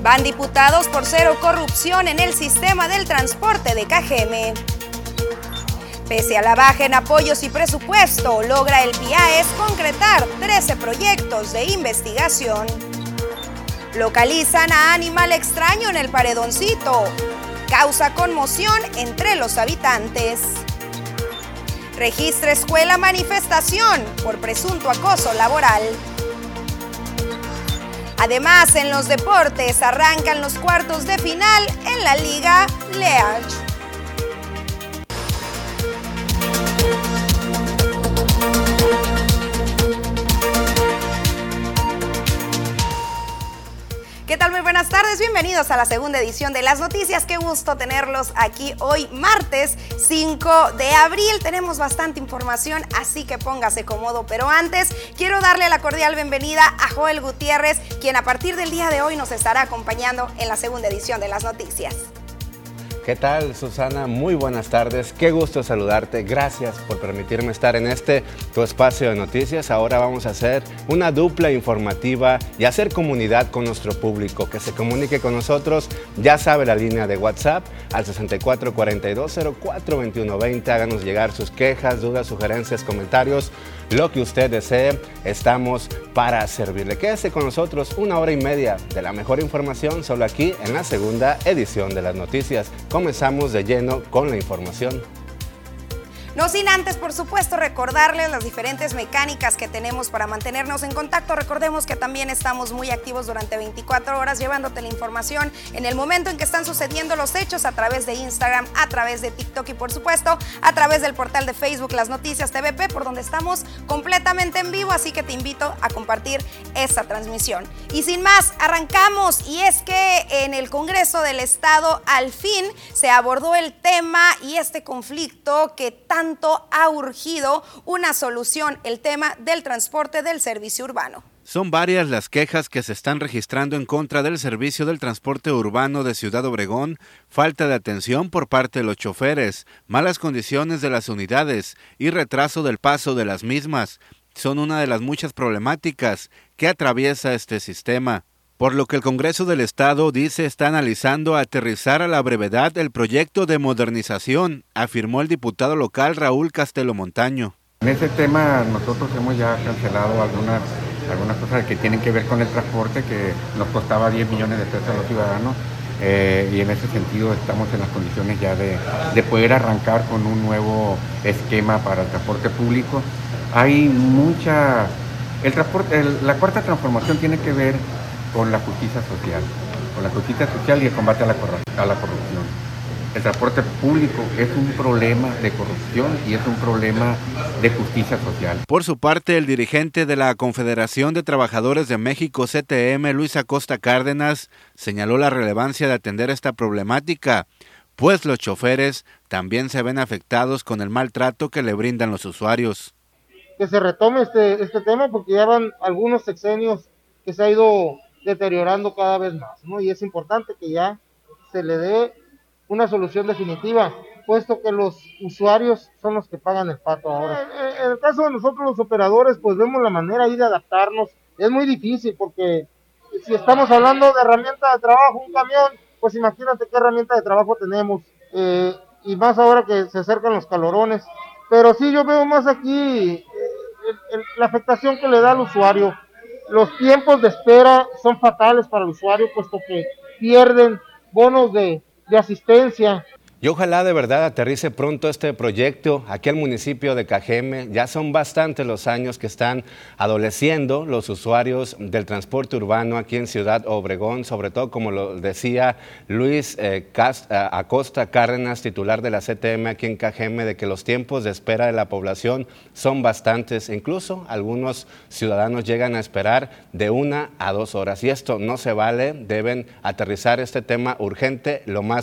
Van diputados por cero corrupción en el sistema del transporte de Cajeme. Pese a la baja en apoyos y presupuesto, logra el PIAES concretar 13 proyectos de investigación. Localizan a animal extraño en el Paredoncito. Causa conmoción entre los habitantes. Registra escuela manifestación por presunto acoso laboral. Además, en los deportes arrancan los cuartos de final en la Liga Learch. ¿Qué tal? Muy buenas tardes, bienvenidos a la segunda edición de Las Noticias. Qué gusto tenerlos aquí hoy, martes 5 de abril. Tenemos bastante información, así que póngase cómodo. Pero antes, quiero darle la cordial bienvenida a Joel Gutiérrez, quien a partir del día de hoy nos estará acompañando en la segunda edición de Las Noticias. ¿Qué tal, Susana? Muy buenas tardes, qué gusto saludarte, gracias por permitirme estar en tu espacio de noticias. Ahora vamos a hacer una dupla informativa y hacer comunidad con nuestro público, que se comunique con nosotros, ya sabe la línea de WhatsApp al 6442042120, háganos llegar sus quejas, dudas, sugerencias, comentarios, lo que usted desee, estamos para servirle. Quédese con nosotros 1 hora y media de la mejor información solo aquí en la segunda edición de Las Noticias. Comenzamos de lleno con la información. No sin antes, por supuesto, recordarles las diferentes mecánicas que tenemos para mantenernos en contacto. Recordemos que también estamos muy activos durante 24 horas llevándote la información en el momento en que están sucediendo los hechos a través de Instagram, a través de TikTok y, por supuesto, a través del portal de Facebook Las Noticias TVP, por donde estamos completamente en vivo, así que te invito a compartir esta transmisión. Y sin más, arrancamos, y es que en el Congreso del Estado al fin se abordó el tema y este conflicto que tanto ha urgido una solución, el tema del transporte del servicio urbano. Son varias las quejas que se están registrando en contra del servicio del transporte urbano de Ciudad Obregón, falta de atención por parte de los choferes, malas condiciones de las unidades y retraso del paso de las mismas. Son una de las muchas problemáticas que atraviesa este sistema. Por lo que el Congreso del Estado dice está analizando aterrizar a la brevedad el proyecto de modernización, afirmó el diputado local Raúl Castelo Montaño. En ese tema nosotros hemos ya cancelado algunas cosas que tienen que ver con el transporte, que nos costaba 10 millones de pesos a los ciudadanos, y en ese sentido estamos en las condiciones ya de poder arrancar con un nuevo esquema para el transporte público. Hay la cuarta transformación tiene que ver con la justicia social y el combate a la corrupción. El transporte público es un problema de corrupción y es un problema de justicia social. Por su parte, el dirigente de la Confederación de Trabajadores de México, CTM, Luis Acosta Cárdenas, señaló la relevancia de atender esta problemática, pues los choferes también se ven afectados con el maltrato que le brindan los usuarios. Que se retome este tema, porque ya van algunos sexenios que se ha ido deteriorando cada vez más, ¿no? Y es importante que ya se le dé una solución definitiva, puesto que los usuarios son los que pagan el pato ahora. En el caso de nosotros los operadores, pues vemos la manera ahí de adaptarnos. Es muy difícil, porque si estamos hablando de herramienta de trabajo, un camión, pues imagínate qué herramienta de trabajo tenemos, y más ahora que se acercan los calorones. Pero sí, yo veo más aquí la afectación que le da al usuario. Los tiempos de espera son fatales para el usuario, puesto que pierden bonos de asistencia. Y ojalá de verdad aterrice pronto este proyecto aquí al municipio de Cajeme. Ya son bastantes los años que están adoleciendo los usuarios del transporte urbano aquí en Ciudad Obregón, sobre todo como lo decía Luis Acosta Cárdenas, titular de la CTM aquí en Cajeme, de que los tiempos de espera de la población son bastantes. Incluso algunos ciudadanos llegan a esperar de 1 a 2 horas y esto no se vale. Deben aterrizar este tema urgente lo más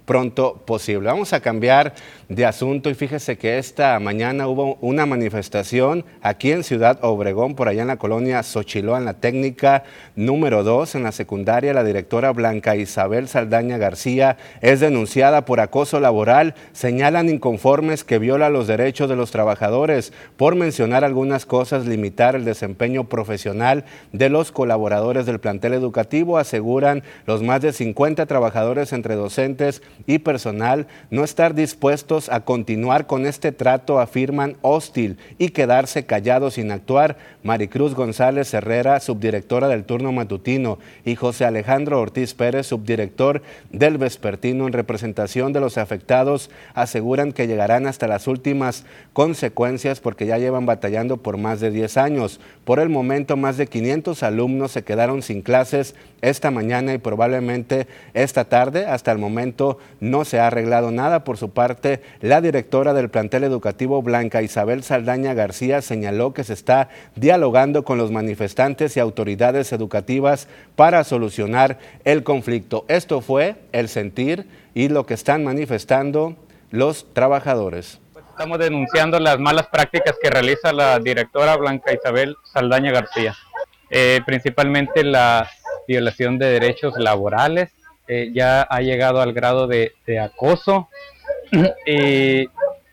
pronto posible. Vamos a cambiar de asunto y fíjese que esta mañana hubo una manifestación aquí en Ciudad Obregón, por allá en la colonia Xochiló, en la técnica número 2, en la secundaria. La directora Blanca Isabel Saldaña García es denunciada por acoso laboral. Señalan inconformes que viola los derechos de los trabajadores. Por mencionar algunas cosas, limitar el desempeño profesional de los colaboradores del plantel educativo, aseguran los más de 50 trabajadores entre docentes y personal no estar dispuestos a continuar con este trato, afirman, hostil y quedarse callados sin actuar. Maricruz González Herrera, subdirectora del turno matutino, y José Alejandro Ortiz Pérez, subdirector del vespertino, en representación de los afectados, aseguran que llegarán hasta las últimas consecuencias porque ya llevan batallando por más de 10 años. Por el momento, más de 500 alumnos se quedaron sin clases esta mañana y probablemente esta tarde. Hasta el momento no se ha arreglado nada. Por su parte, la directora del plantel educativo, Blanca Isabel Saldaña García, señaló que se está dialogando con los manifestantes y autoridades educativas para solucionar el conflicto. Esto fue el sentir y lo que están manifestando los trabajadores. Estamos denunciando las malas prácticas que realiza la directora Blanca Isabel Saldaña García, principalmente la violación de derechos laborales, ya ha llegado al grado de acoso y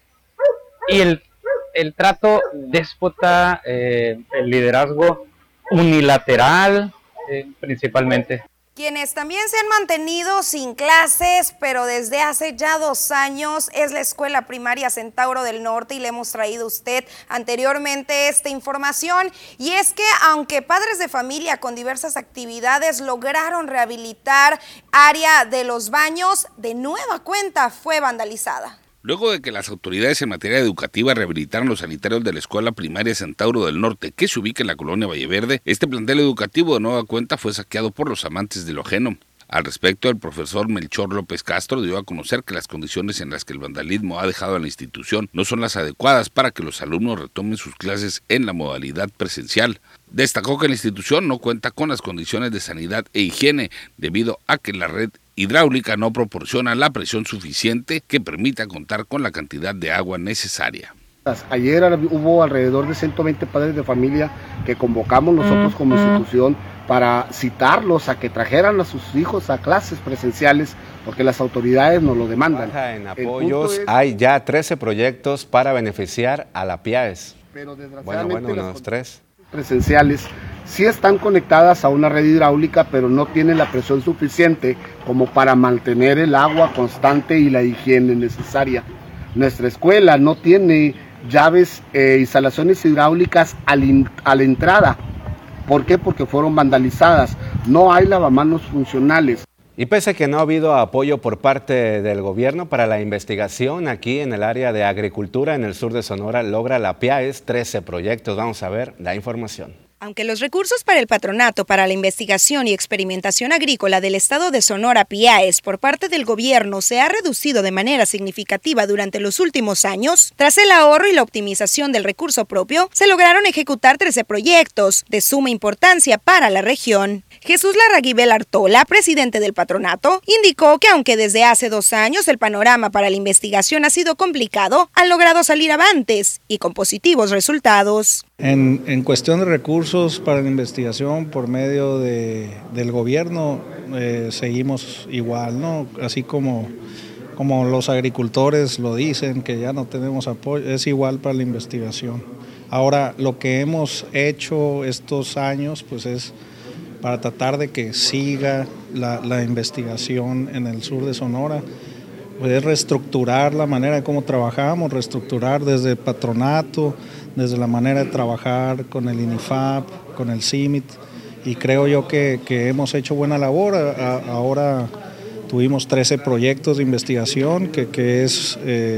el trato déspota, el liderazgo unilateral principalmente. Quienes también se han mantenido sin clases, pero desde hace ya 2 años, es la Escuela Primaria Centauro del Norte, y le hemos traído a usted anteriormente esta información. Y es que aunque padres de familia con diversas actividades lograron rehabilitar área de los baños, de nueva cuenta fue vandalizada. Luego de que las autoridades en materia educativa rehabilitaron los sanitarios de la Escuela Primaria Centauro del Norte, que se ubica en la colonia Valleverde, este plantel educativo de nueva cuenta fue saqueado por los amantes de lo ajeno. Al respecto, el profesor Melchor López Castro dio a conocer que las condiciones en las que el vandalismo ha dejado a la institución no son las adecuadas para que los alumnos retomen sus clases en la modalidad presencial. Destacó que la institución no cuenta con las condiciones de sanidad e higiene debido a que la red hidráulica no proporciona la presión suficiente que permita contar con la cantidad de agua necesaria. Ayer hubo alrededor de 120 padres de familia que convocamos nosotros como institución para citarlos a que trajeran a sus hijos a clases presenciales porque las autoridades nos lo demandan. En apoyos hay ya 13 proyectos para beneficiar a la PIAES. Pero desgraciadamente unos 3 presenciales sí están conectadas a una red hidráulica, pero no tienen la presión suficiente como para mantener el agua constante y la higiene necesaria. Nuestra escuela no tiene llaves, instalaciones hidráulicas a la entrada. ¿Por qué? Porque fueron vandalizadas. No hay lavamanos funcionales. Y pese a que no ha habido apoyo por parte del gobierno para la investigación aquí en el área de agricultura en el sur de Sonora, logra la PIAES 13 proyectos. Vamos a ver la información. Aunque los recursos para el Patronato para la Investigación y Experimentación Agrícola del Estado de Sonora, PIAES, por parte del gobierno se ha reducido de manera significativa durante los últimos años, tras el ahorro y la optimización del recurso propio, se lograron ejecutar 13 proyectos de suma importancia para la región. Jesús Larraguibel Artola, presidente del patronato, indicó que aunque desde hace 2 años el panorama para la investigación ha sido complicado, han logrado salir avantes y con positivos resultados. En cuestión de recursos para la investigación por medio del gobierno, seguimos igual, ¿no? Así como los agricultores lo dicen, que ya no tenemos apoyo, es igual para la investigación. Ahora, lo que hemos hecho estos años, pues es para tratar de que siga la investigación en el sur de Sonora, pues es reestructurar la manera de cómo trabajamos, reestructurar desde el patronato, desde la manera de trabajar con el INIFAP, con el CIMIT, y creo yo que hemos hecho buena labor. Ahora tuvimos 13 proyectos de investigación, que es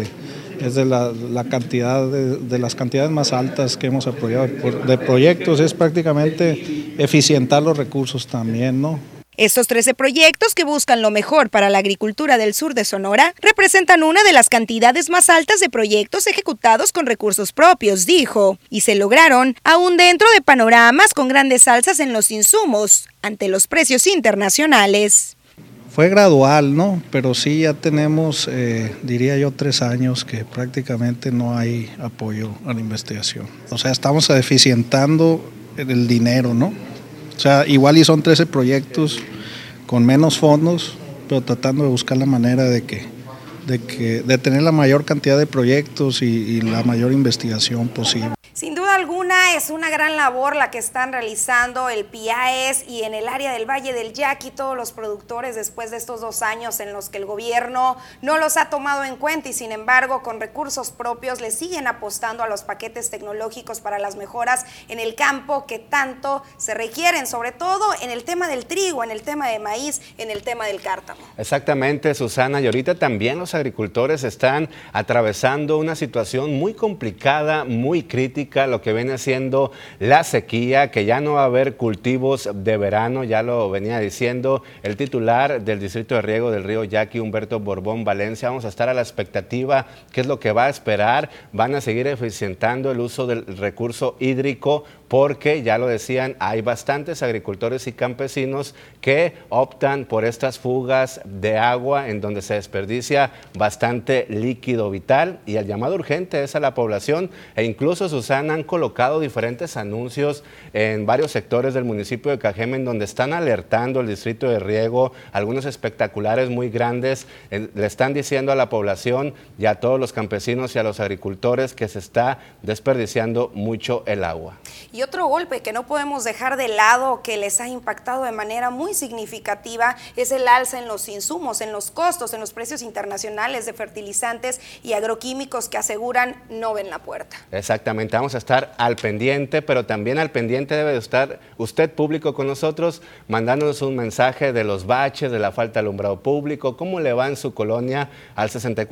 de la cantidad de las cantidades más altas que hemos apoyado de proyectos. Es prácticamente eficientar los recursos también, ¿no? Estos 13 proyectos, que buscan lo mejor para la agricultura del sur de Sonora, representan una de las cantidades más altas de proyectos ejecutados con recursos propios, dijo, y se lograron aún dentro de panoramas con grandes alzas en los insumos ante los precios internacionales. Fue gradual, ¿no? Pero sí ya tenemos, diría yo, 3 años que prácticamente no hay apoyo a la investigación. O sea, estamos eficientando el dinero, ¿no? O sea, igual y son 13 proyectos con menos fondos, pero tratando de buscar la manera de tener la mayor cantidad de proyectos y la mayor investigación posible. Sin duda alguna es una gran labor la que están realizando el PIAES y en el área del Valle del Yaqui todos los productores después de estos 2 años en los que el gobierno no los ha tomado en cuenta y sin embargo con recursos propios le siguen apostando a los paquetes tecnológicos para las mejoras en el campo que tanto se requieren, sobre todo en el tema del trigo, en el tema de maíz, en el tema del cártamo. Exactamente, Susana, y ahorita también los agricultores están atravesando una situación muy complicada, muy crítica, lo que viene siendo la sequía, que ya no va a haber cultivos de verano, ya lo venía diciendo el titular del Distrito de Riego del Río Yaqui, Humberto Borbón Valencia. Vamos a estar a la expectativa, qué es lo que va a esperar. Van a seguir eficientando el uso del recurso hídrico porque, ya lo decían, hay bastantes agricultores y campesinos que optan por estas fugas de agua en donde se desperdicia bastante líquido vital, y el llamado urgente es a la población, e incluso, Susana, han colocado diferentes anuncios en varios sectores del municipio de Cajeme en donde están alertando al distrito de riego, algunos espectaculares muy grandes, le están diciendo a la población y a todos los campesinos y a los agricultores que se está desperdiciando mucho el agua. Y otro golpe que no podemos dejar de lado, que les ha impactado de manera muy significativa, es el alza en los insumos, en los costos, en los precios internacionales de fertilizantes y agroquímicos que aseguran no ven la puerta. Exactamente, vamos a estar al pendiente, pero también al pendiente debe de estar usted, público, con nosotros, mandándonos un mensaje de los baches, de la falta de alumbrado público, cómo le va en su colonia, al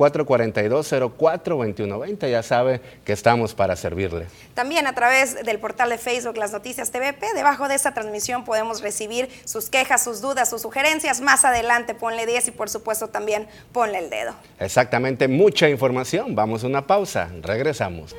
6442-042120, ya sabe que estamos para servirle. También a través del portal de Facebook Las Noticias TVP, debajo de esta transmisión podemos recibir sus quejas, sus dudas, sus sugerencias. Más adelante ponle 10 y por supuesto también ponle el dedo. Exactamente, mucha información. Vamos a una pausa, regresamos.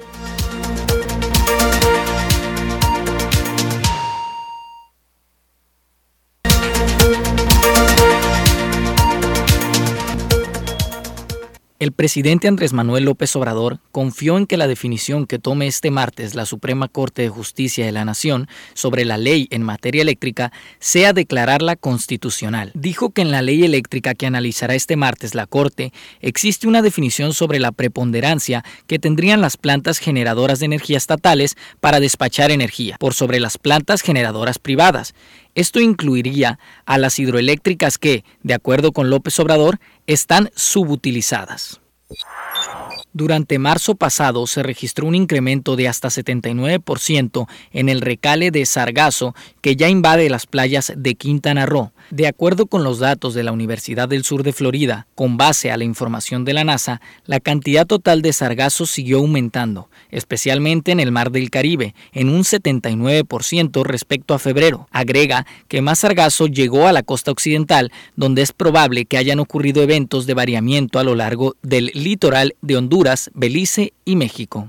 El presidente Andrés Manuel López Obrador confió en que la definición que tome este martes la Suprema Corte de Justicia de la Nación sobre la ley en materia eléctrica sea declararla constitucional. Dijo que en la ley eléctrica que analizará este martes la Corte existe una definición sobre la preponderancia que tendrían las plantas generadoras de energía estatales para despachar energía por sobre las plantas generadoras privadas. Esto incluiría a las hidroeléctricas que, de acuerdo con López Obrador, están subutilizadas. Durante marzo pasado se registró un incremento de hasta 79% en el recale de sargazo que ya invade las playas de Quintana Roo. De acuerdo con los datos de la Universidad del Sur de Florida, con base a la información de la NASA, la cantidad total de sargazo siguió aumentando, especialmente en el Mar del Caribe, en un 79% respecto a febrero. Agrega que más sargazo llegó a la costa occidental, donde es probable que hayan ocurrido eventos de variamiento a lo largo del litoral de Honduras, Belice y México.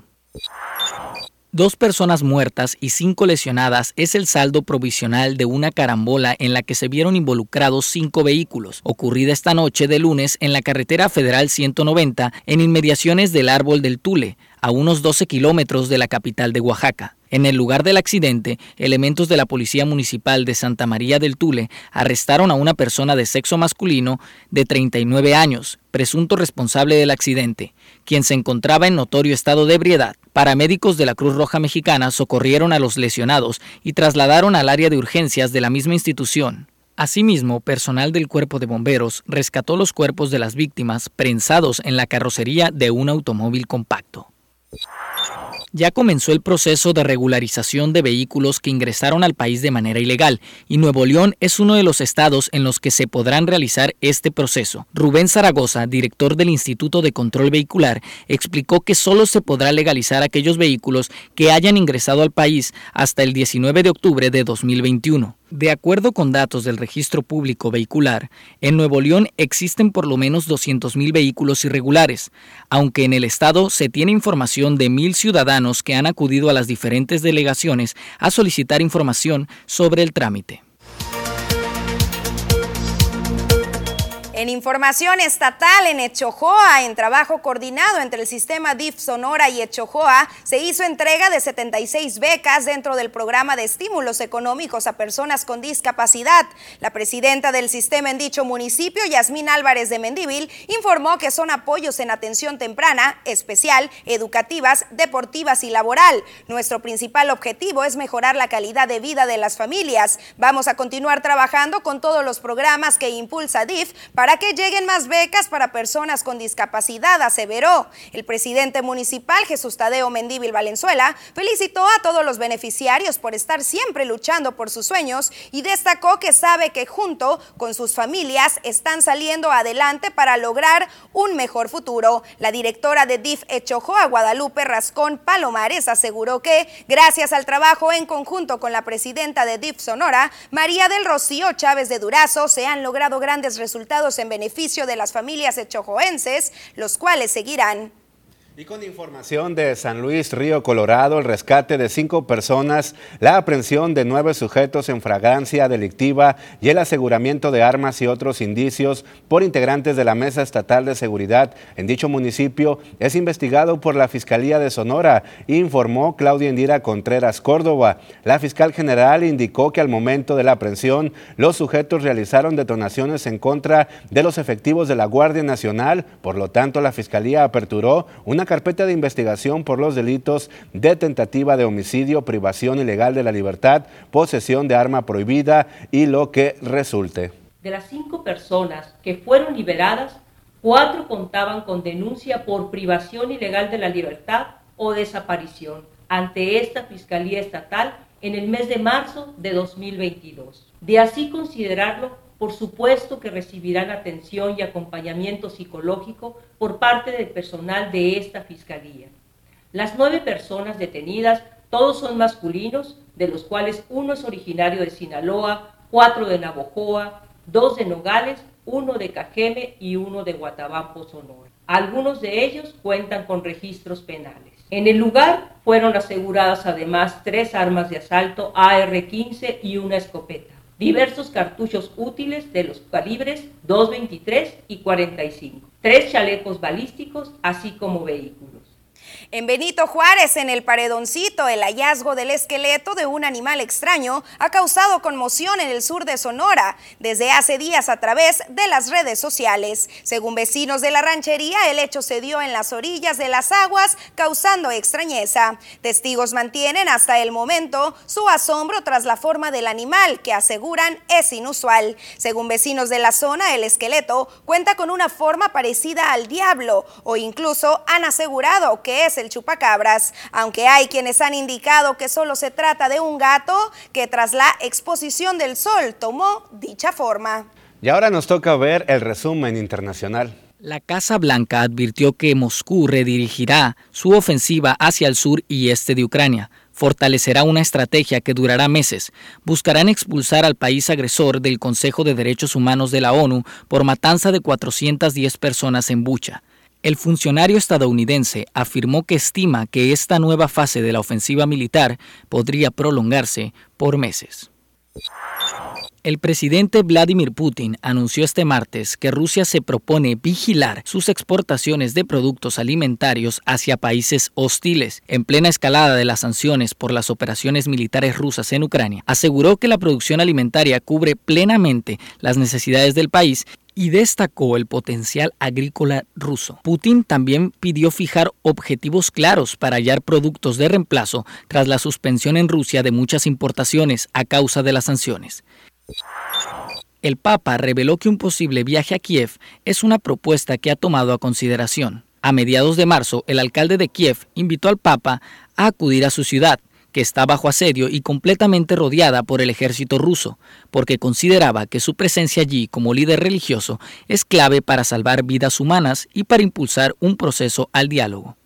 2 personas muertas y 5 lesionadas es el saldo provisional de una carambola en la que se vieron involucrados 5 vehículos, ocurrida esta noche de lunes en la carretera federal 190 en inmediaciones del Árbol del Tule, a unos 12 kilómetros de la capital de Oaxaca. En el lugar del accidente, elementos de la Policía Municipal de Santa María del Tule arrestaron a una persona de sexo masculino de 39 años, presunto responsable del accidente, quien se encontraba en notorio estado de ebriedad. Paramédicos de la Cruz Roja Mexicana socorrieron a los lesionados y trasladaron al área de urgencias de la misma institución. Asimismo, personal del Cuerpo de Bomberos rescató los cuerpos de las víctimas prensados en la carrocería de un automóvil compacto. Ya comenzó el proceso de regularización de vehículos que ingresaron al país de manera ilegal y Nuevo León es uno de los estados en los que se podrán realizar este proceso. Rubén Zaragoza, director del Instituto de Control Vehicular, explicó que solo se podrá legalizar aquellos vehículos que hayan ingresado al país hasta el 19 de octubre de 2021. De acuerdo con datos del Registro Público Vehicular, en Nuevo León existen por lo menos 200,000 vehículos irregulares, aunque en el estado se tiene información de 1,000 ciudadanos que han acudido a las diferentes delegaciones a solicitar información sobre el trámite. En información estatal, en Echojoa, en trabajo coordinado entre el sistema DIF Sonora y Echojoa, se hizo entrega de 76 becas dentro del programa de estímulos económicos a personas con discapacidad. La presidenta del sistema en dicho municipio, Yasmín Álvarez de Mendívil, informó que son apoyos en atención temprana, especial, educativas, deportivas y laboral. Nuestro principal objetivo es mejorar la calidad de vida de las familias. Vamos a continuar trabajando con todos los programas que impulsa DIF para que lleguen más becas para personas con discapacidad, aseveró. El presidente municipal, Jesús Tadeo Mendívil Valenzuela, felicitó a todos los beneficiarios por estar siempre luchando por sus sueños y destacó que sabe que junto con sus familias están saliendo adelante para lograr un mejor futuro. La directora de DIF Echojoa, Guadalupe Rascón Palomares, aseguró que gracias al trabajo en conjunto con la presidenta de DIF Sonora, María del Rocío Chávez de Durazo, se han logrado grandes resultados en beneficio de las familias echojoenses, los cuales seguirán. Y con información de San Luis Río Colorado, el rescate de 5 personas, la aprehensión de 9 sujetos en flagrancia delictiva y el aseguramiento de armas y otros indicios por integrantes de la Mesa Estatal de Seguridad en dicho municipio es investigado por la Fiscalía de Sonora, informó Claudia Indira Contreras Córdoba. La fiscal general indicó que al momento de la aprehensión, los sujetos realizaron detonaciones en contra de los efectivos de la Guardia Nacional, por lo tanto la Fiscalía aperturó una carpeta de investigación por los delitos de tentativa de homicidio, privación ilegal de la libertad, posesión de arma prohibida y lo que resulte. De las 5 personas que fueron liberadas, 4 contaban con denuncia por privación ilegal de la libertad o desaparición ante esta Fiscalía Estatal en el mes de marzo de 2022. De así considerarlo, por supuesto que recibirán atención y acompañamiento psicológico por parte del personal de esta Fiscalía. Las 9 personas detenidas, todos son masculinos, de los cuales 1 es originario de Sinaloa, 4 de Navojoa, 2 de Nogales, 1 de Cajeme y 1 de Guatabampo, Sonora. Algunos de ellos cuentan con registros penales. En el lugar fueron aseguradas además 3 armas de asalto AR-15 y una escopeta, diversos cartuchos útiles de los calibres .223 y .45, 3 chalecos balísticos, así como vehículos. En Benito Juárez, en el Paredoncito, el hallazgo del esqueleto de un animal extraño ha causado conmoción en el sur de Sonora desde hace días a través de las redes sociales. Según vecinos de la ranchería, el hecho se dio en las orillas de las aguas, causando extrañeza. Testigos mantienen hasta el momento su asombro tras la forma del animal, que aseguran es inusual. Según vecinos de la zona, el esqueleto cuenta con una forma parecida al diablo, o incluso han asegurado que es el chupacabras, aunque hay quienes han indicado que solo se trata de un gato que tras la exposición del sol tomó dicha forma. Y ahora nos toca ver el resumen internacional. La Casa Blanca advirtió que Moscú redirigirá su ofensiva hacia el sur y este de Ucrania. Fortalecerá una estrategia que durará meses. Buscarán expulsar al país agresor del Consejo de Derechos Humanos de la ONU por matanza de 410 personas en Bucha. El funcionario estadounidense afirmó que estima que esta nueva fase de la ofensiva militar podría prolongarse por meses. El presidente Vladimir Putin anunció este martes que Rusia se propone vigilar sus exportaciones de productos alimentarios hacia países hostiles. En plena escalada de las sanciones por las operaciones militares rusas en Ucrania, aseguró que la producción alimentaria cubre plenamente las necesidades del país y destacó el potencial agrícola ruso. Putin también pidió fijar objetivos claros para hallar productos de reemplazo tras la suspensión en Rusia de muchas importaciones a causa de las sanciones. El Papa reveló que un posible viaje a Kiev es una propuesta que ha tomado a consideración. A mediados de marzo, el alcalde de Kiev invitó al Papa a acudir a su ciudad, que está bajo asedio y completamente rodeada por el ejército ruso, porque consideraba que su presencia allí como líder religioso es clave para salvar vidas humanas y para impulsar un proceso al diálogo.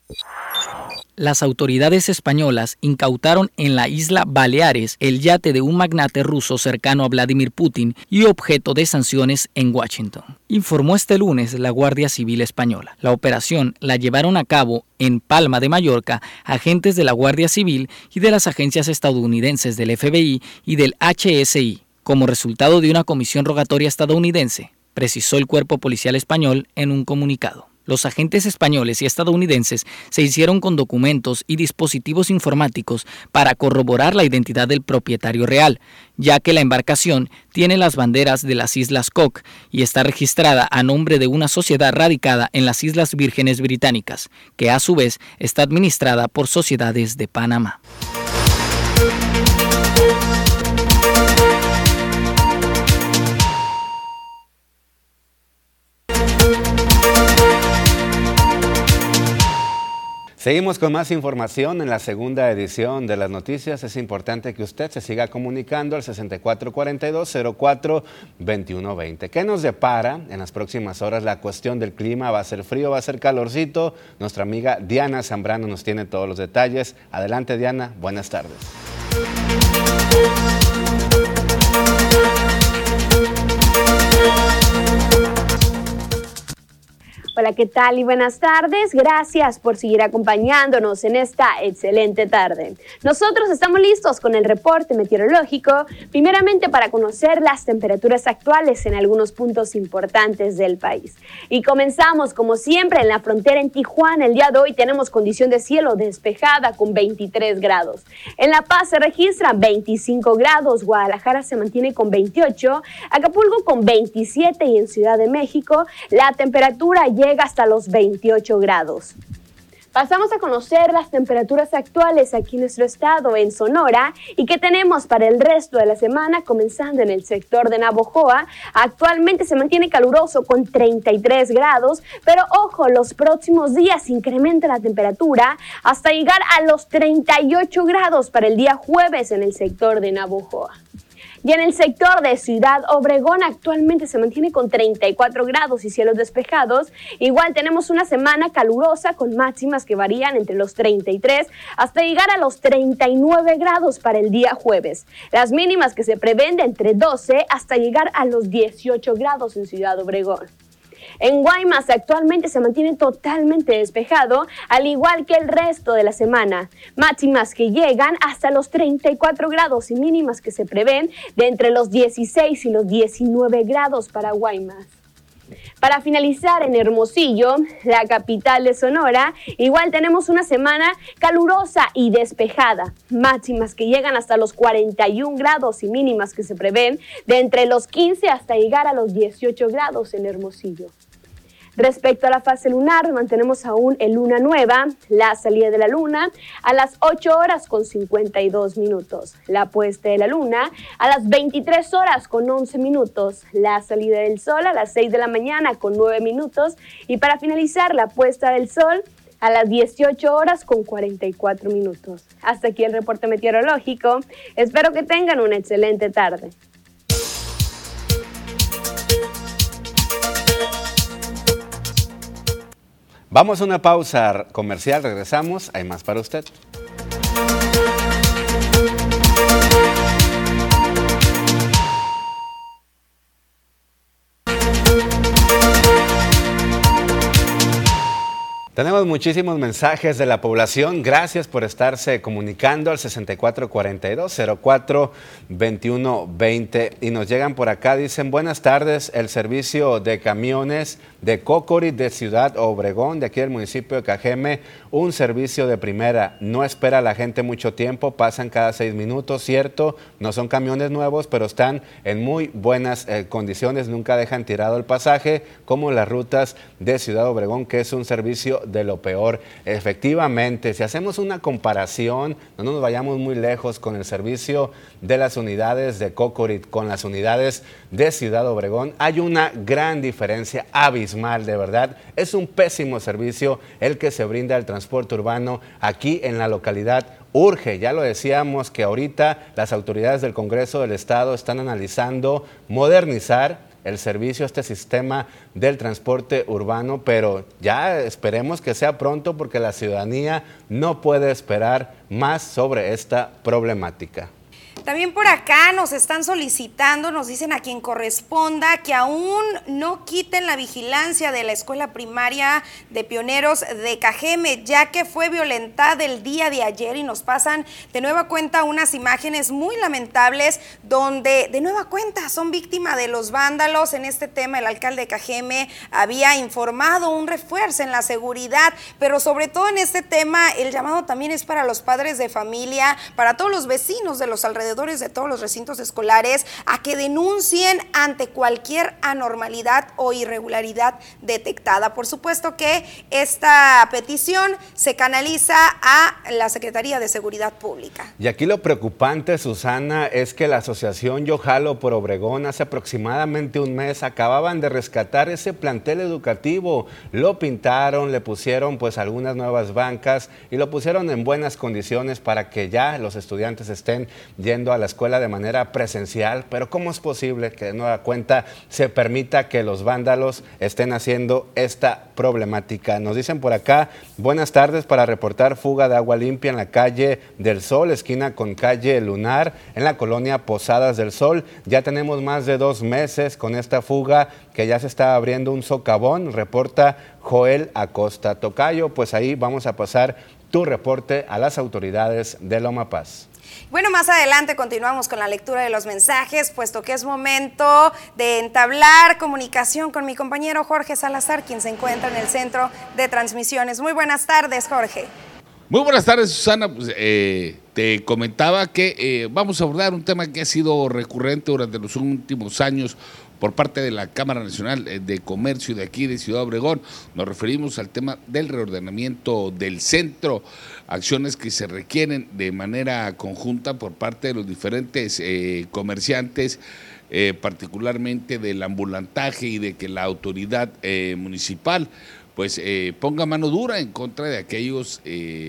Las autoridades españolas incautaron en la isla Baleares el yate de un magnate ruso cercano a Vladimir Putin y objeto de sanciones en Washington, informó este lunes la Guardia Civil Española. La operación la llevaron a cabo en Palma de Mallorca agentes de la Guardia Civil y de las agencias estadounidenses del FBI y del HSI, como resultado de una comisión rogatoria estadounidense. precisó el cuerpo policial español en un comunicado. Los agentes españoles y estadounidenses se hicieron con documentos y dispositivos informáticos para corroborar la identidad del propietario real, ya que la embarcación tiene las banderas de las Islas Cook y está registrada a nombre de una sociedad radicada en las Islas Vírgenes Británicas, que a su vez está administrada por sociedades de Panamá. Seguimos con más información en la segunda edición de las noticias. Es importante que usted se siga comunicando al 6442-04-2120. ¿Qué nos depara en las próximas horas la cuestión del clima? ¿Va a ser frío? ¿Va a ser calorcito? Nuestra amiga Diana Zambrano nos tiene todos los detalles. Adelante, Diana. Buenas tardes. Hola, ¿qué tal? Y buenas tardes. Gracias por seguir acompañándonos en esta excelente tarde. Nosotros estamos listos con el reporte meteorológico, primeramente para conocer las temperaturas actuales en algunos puntos importantes del país. Y comenzamos, como siempre, en la frontera en Tijuana. El día de hoy tenemos condición de cielo despejada con 23 grados. En La Paz se registran 25 grados, Guadalajara se mantiene con 28, Acapulco con 27 y en Ciudad de México la temperatura llega hasta los 28 grados. Pasamos a conocer las temperaturas actuales aquí en nuestro estado, en Sonora, y qué tenemos para el resto de la semana, comenzando en el sector de Navojoa. Actualmente se mantiene caluroso con 33 grados, pero ojo, los próximos días incrementa la temperatura hasta llegar a los 38 grados para el día jueves en el sector de Navojoa. Y en el sector de Ciudad Obregón actualmente se mantiene con 34 grados y cielos despejados. Igual tenemos una semana calurosa con máximas que varían entre los 33 hasta llegar a los 39 grados para el día jueves. Las mínimas que se prevén de entre 12 hasta llegar a los 18 grados en Ciudad Obregón. En Guaymas actualmente se mantiene totalmente despejado, al igual que el resto de la semana. Máximas que llegan hasta los 34 grados y mínimas que se prevén de entre los 16 y los 19 grados para Guaymas. Para finalizar, en Hermosillo, la capital de Sonora, igual tenemos una semana calurosa y despejada. Máximas que llegan hasta los 41 grados y mínimas que se prevén de entre los 15 hasta llegar a los 18 grados en Hermosillo. Respecto a la fase lunar, mantenemos aún en luna nueva, la salida de la luna a las 8 horas con 52 minutos, la puesta de la luna a las 23 horas con 11 minutos, la salida del sol a las 6 de la mañana con 9 minutos y para finalizar la puesta del sol a las 18 horas con 44 minutos. Hasta aquí el reporte meteorológico. Espero que tengan una excelente tarde. Vamos a una pausa comercial, regresamos, hay más para usted. Tenemos muchísimos mensajes de la población. Gracias por estarse comunicando al 6442-04-2120. Y nos llegan por acá, dicen, buenas tardes, el servicio de camiones de Cócorit de Ciudad Obregón, de aquí del municipio de Cajeme, un servicio de primera. No espera a la gente mucho tiempo, pasan cada 6 minutos, cierto, no son camiones nuevos, pero están en muy buenas condiciones, nunca dejan tirado el pasaje, como las rutas de Ciudad Obregón, que es un servicio de lo peor. Efectivamente, si hacemos una comparación, no nos vayamos muy lejos con el servicio de las unidades de Cócorit con las unidades de Ciudad Obregón, hay una gran diferencia abismal, de verdad. Es un pésimo servicio el que se brinda al transporte urbano aquí en la localidad. Urge, ya lo decíamos, que ahorita las autoridades del Congreso del Estado están analizando modernizar el servicio, este sistema del transporte urbano, pero ya esperemos que sea pronto porque la ciudadanía no puede esperar más sobre esta problemática. También por acá nos están solicitando, nos dicen a quien corresponda, que aún no quiten la vigilancia de la escuela primaria de Pioneros de Cajeme, ya que fue violentada el día de ayer, y nos pasan de nueva cuenta unas imágenes muy lamentables donde de nueva cuenta son víctimas de los vándalos. En este tema el alcalde de Cajeme había informado un refuerzo en la seguridad, pero sobre todo en este tema el llamado también es para los padres de familia, para todos los vecinos de los alrededores de todos los recintos escolares, a que denuncien ante cualquier anormalidad o irregularidad detectada. Por supuesto que esta petición se canaliza a la Secretaría de Seguridad Pública. Y aquí lo preocupante, Susana, es que la asociación Yo Jalo por Obregón hace aproximadamente un mes acababan de rescatar ese plantel educativo. Lo pintaron, le pusieron pues algunas nuevas bancas y lo pusieron en buenas condiciones para que ya los estudiantes estén yendo a la escuela de manera presencial, pero ¿cómo es posible que de nueva cuenta se permita que los vándalos estén haciendo esta problemática? Nos dicen por acá, buenas tardes, para reportar fuga de agua limpia en la calle del Sol, esquina con calle Lunar, en la colonia Posadas del Sol. Ya tenemos más de 2 meses con esta fuga, que ya se está abriendo un socavón, reporta Joel Acosta. Tocayo, pues ahí vamos a pasar tu reporte a las autoridades de Loma Paz. Bueno, más adelante continuamos con la lectura de los mensajes, puesto que es momento de entablar comunicación con mi compañero Jorge Salazar, quien se encuentra en el centro de transmisiones. Muy buenas tardes, Jorge. Muy buenas tardes, Susana. Pues, te comentaba que vamos a abordar un tema que ha sido recurrente durante los últimos años por parte de la Cámara Nacional de Comercio de aquí de Ciudad Obregón. Nos referimos al tema del reordenamiento del centro, acciones que se requieren de manera conjunta por parte de los diferentes comerciantes, particularmente del ambulantaje, y de que la autoridad municipal pues ponga mano dura en contra de aquellos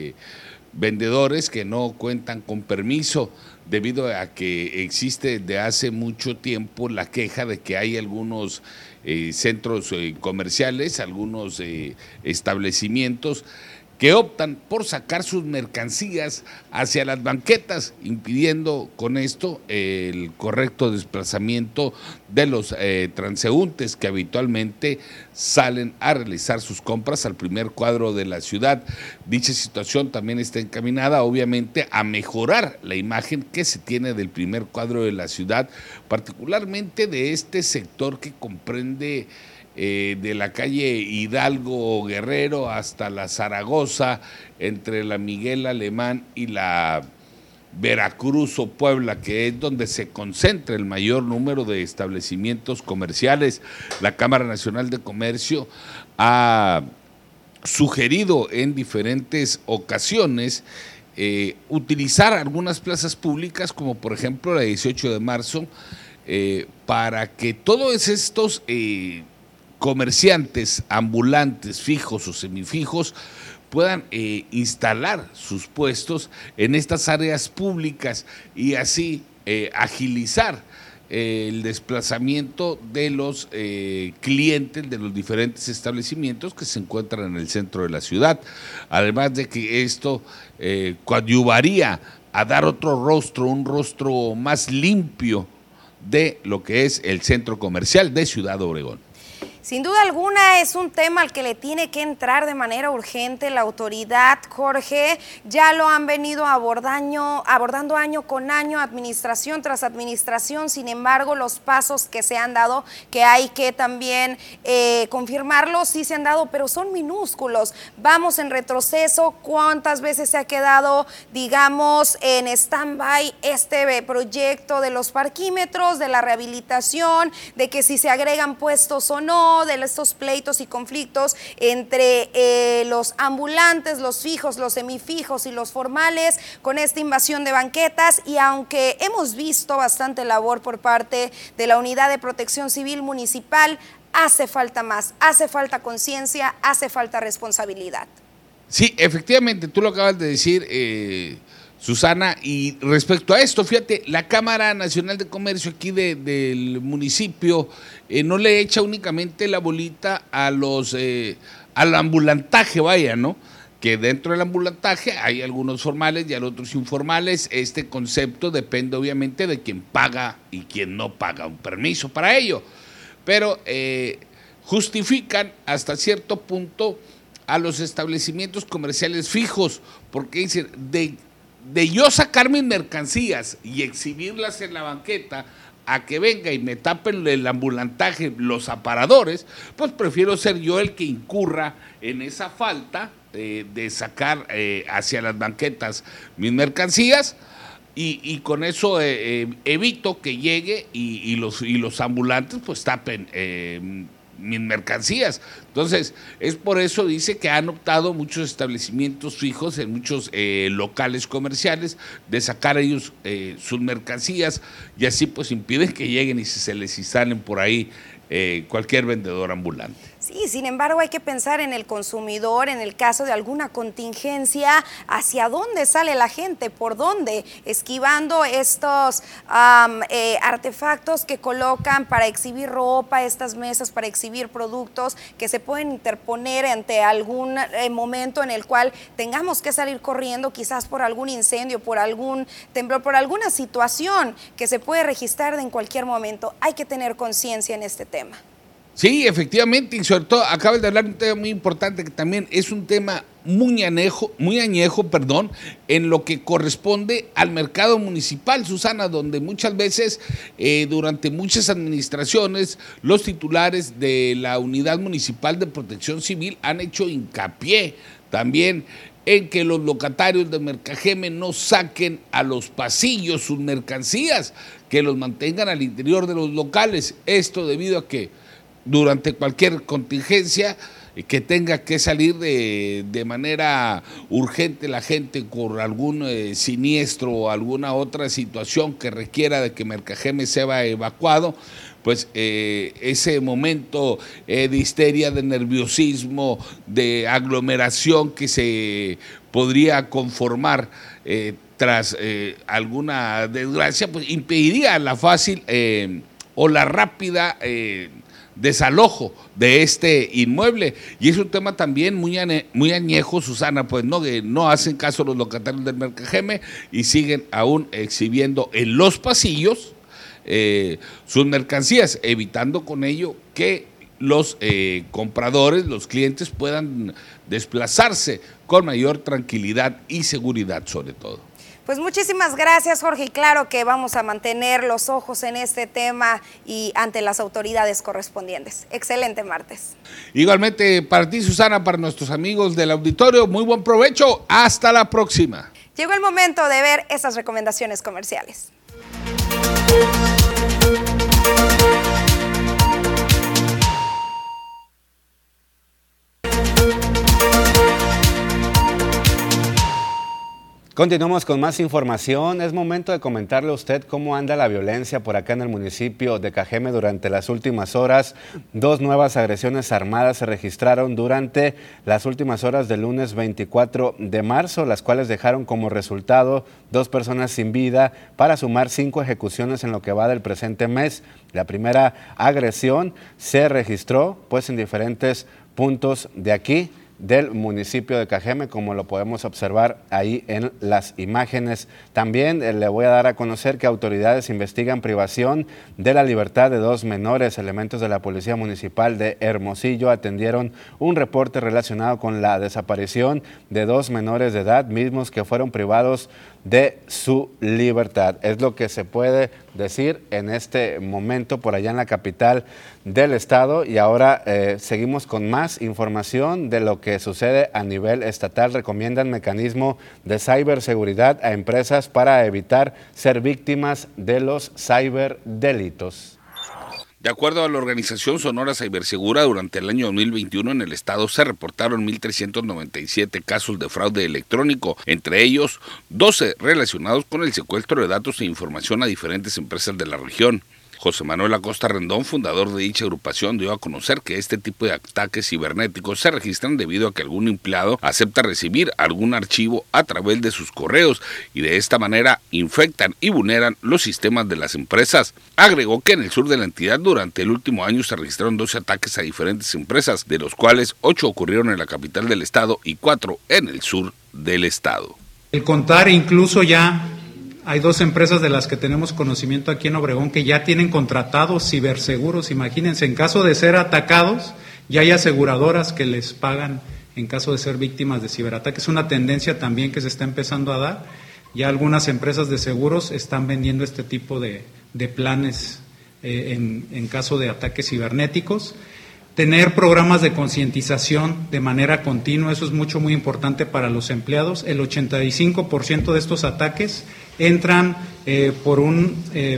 vendedores que no cuentan con permiso, debido a que existe desde hace mucho tiempo la queja de que hay algunos centros comerciales, algunos establecimientos que optan por sacar sus mercancías hacia las banquetas, impidiendo con esto el correcto desplazamiento de los transeúntes que habitualmente salen a realizar sus compras al primer cuadro de la ciudad. Dicha situación también está encaminada, obviamente, a mejorar la imagen que se tiene del primer cuadro de la ciudad, particularmente de este sector que comprende de la calle Hidalgo Guerrero hasta la Zaragoza, entre la Miguel Alemán y la Veracruz o Puebla, que es donde se concentra el mayor número de establecimientos comerciales. La Cámara Nacional de Comercio ha sugerido en diferentes ocasiones utilizar algunas plazas públicas, como por ejemplo la 18 de marzo, para que todos estos comerciantes ambulantes, fijos o semifijos, puedan instalar sus puestos en estas áreas públicas y así agilizar el desplazamiento de los clientes de los diferentes establecimientos que se encuentran en el centro de la ciudad. Además de que esto coadyuvaría a dar otro rostro, un rostro más limpio de lo que es el centro comercial de Ciudad Obregón. Sin duda alguna es un tema al que le tiene que entrar de manera urgente la autoridad, Jorge. Ya lo han venido abordando año con año, administración tras administración. Sin embargo, los pasos que se han dado, que hay que también confirmarlos, sí se han dado, pero son minúsculos. Vamos en retroceso. ¿Cuántas veces se ha quedado, digamos, en stand-by este proyecto de los parquímetros, de la rehabilitación, de que si se agregan puestos o no, de estos pleitos y conflictos entre los ambulantes, los fijos, los semifijos y los formales, con esta invasión de banquetas? Y aunque hemos visto bastante labor por parte de la Unidad de Protección Civil Municipal, hace falta más, hace falta conciencia, hace falta responsabilidad. Sí, efectivamente, tú lo acabas de decir, Susana, y respecto a esto, fíjate, la Cámara Nacional de Comercio aquí del municipio no le echa únicamente la bolita a al ambulantaje, vaya, ¿no? que dentro del ambulantaje hay algunos formales y hay otros informales. Este concepto depende obviamente de quien paga y quien no paga un permiso para ello, pero justifican hasta cierto punto a los establecimientos comerciales fijos, porque dicen, de yo sacar mis mercancías y exhibirlas en la banqueta, a que venga y me tapen el ambulantaje los aparadores, pues prefiero ser yo el que incurra en esa falta de sacar hacia las banquetas mis mercancías, y con eso evito que llegue y los ambulantes pues tapen mis mercancías. Entonces, es por eso, dice, que han optado muchos establecimientos fijos en muchos locales comerciales de sacar ellos sus mercancías, y así pues impiden que lleguen y se les instalen por ahí cualquier vendedor ambulante. Sí, sin embargo hay que pensar en el consumidor, en el caso de alguna contingencia, hacia dónde sale la gente, por dónde, esquivando estos artefactos que colocan para exhibir ropa, estas mesas para exhibir productos que se pueden interponer ante algún momento en el cual tengamos que salir corriendo, quizás por algún incendio, por algún temblor, por alguna situación que se puede registrar en cualquier momento. Hay que tener conciencia en este tema. Sí, efectivamente, y sobre todo acabas de hablar de un tema muy importante que también es un tema muy añejo, en lo que corresponde al mercado municipal, Susana, donde muchas veces, durante muchas administraciones, los titulares de la Unidad Municipal de Protección Civil han hecho hincapié también en que los locatarios de Mercajeme no saquen a los pasillos sus mercancías, que los mantengan al interior de los locales. Esto debido a que durante cualquier contingencia que tenga que salir de manera urgente la gente por algún siniestro o alguna otra situación que requiera de que Mercajeme sea evacuado, pues ese momento de histeria, de nerviosismo, de aglomeración que se podría conformar tras alguna desgracia, pues impediría la fácil o la rápida desalojo de este inmueble. Y es un tema también muy añejo, Susana, pues no, que no hacen caso los locatarios del Mercajeme y siguen aún exhibiendo en los pasillos sus mercancías, evitando con ello que los compradores, los clientes puedan desplazarse con mayor tranquilidad y seguridad sobre todo. Pues muchísimas gracias, Jorge, y claro que vamos a mantener los ojos en este tema y ante las autoridades correspondientes. Excelente martes. Igualmente para ti, Susana, para nuestros amigos del auditorio, muy buen provecho, hasta la próxima. Llegó el momento de ver esas recomendaciones comerciales. Continuamos con más información. Es momento de comentarle a usted cómo anda la violencia por acá en el municipio de Cajeme durante las últimas horas. 2 nuevas agresiones armadas se registraron durante las últimas horas del lunes 24 de marzo, las cuales dejaron como resultado 2 personas sin vida para sumar 5 ejecuciones en lo que va del presente mes. La primera agresión se registró pues en diferentes puntos de aquí, del municipio de Cajeme, como lo podemos observar ahí en las imágenes. También le voy a dar a conocer que autoridades investigan privación de la libertad de 2 menores. Elementos de la Policía Municipal de Hermosillo atendieron un reporte relacionado con la desaparición de 2 menores de edad, mismos que fueron privados de su libertad. Es lo que se puede decir en este momento por allá en la capital del estado. Y ahora seguimos con más información de lo que sucede a nivel estatal. Recomiendan mecanismo de ciberseguridad a empresas para evitar ser víctimas de los ciberdelitos. De acuerdo a la organización Sonora Cibersegura, durante el año 2021 en el estado se reportaron 1,397 casos de fraude electrónico, entre ellos 12 relacionados con el secuestro de datos e información a diferentes empresas de la región. José Manuel Acosta Rendón, fundador de dicha agrupación, dio a conocer que este tipo de ataques cibernéticos se registran debido a que algún empleado acepta recibir algún archivo a través de sus correos y de esta manera infectan y vulneran los sistemas de las empresas. Agregó que en el sur de la entidad durante el último año se registraron 12 ataques a diferentes empresas, de los cuales 8 ocurrieron en la capital del estado y 4 en el sur del estado. El contar, incluso ya hay 2 empresas de las que tenemos conocimiento aquí en Obregón que ya tienen contratados ciberseguros. Imagínense, en caso de ser atacados, ya hay aseguradoras que les pagan en caso de ser víctimas de ciberataques. Es una tendencia también que se está empezando a dar. Ya algunas empresas de seguros están vendiendo este tipo de planes en caso de ataques cibernéticos. Tener programas de concientización de manera continua, eso es muy importante para los empleados. El 85% de estos ataques entran por un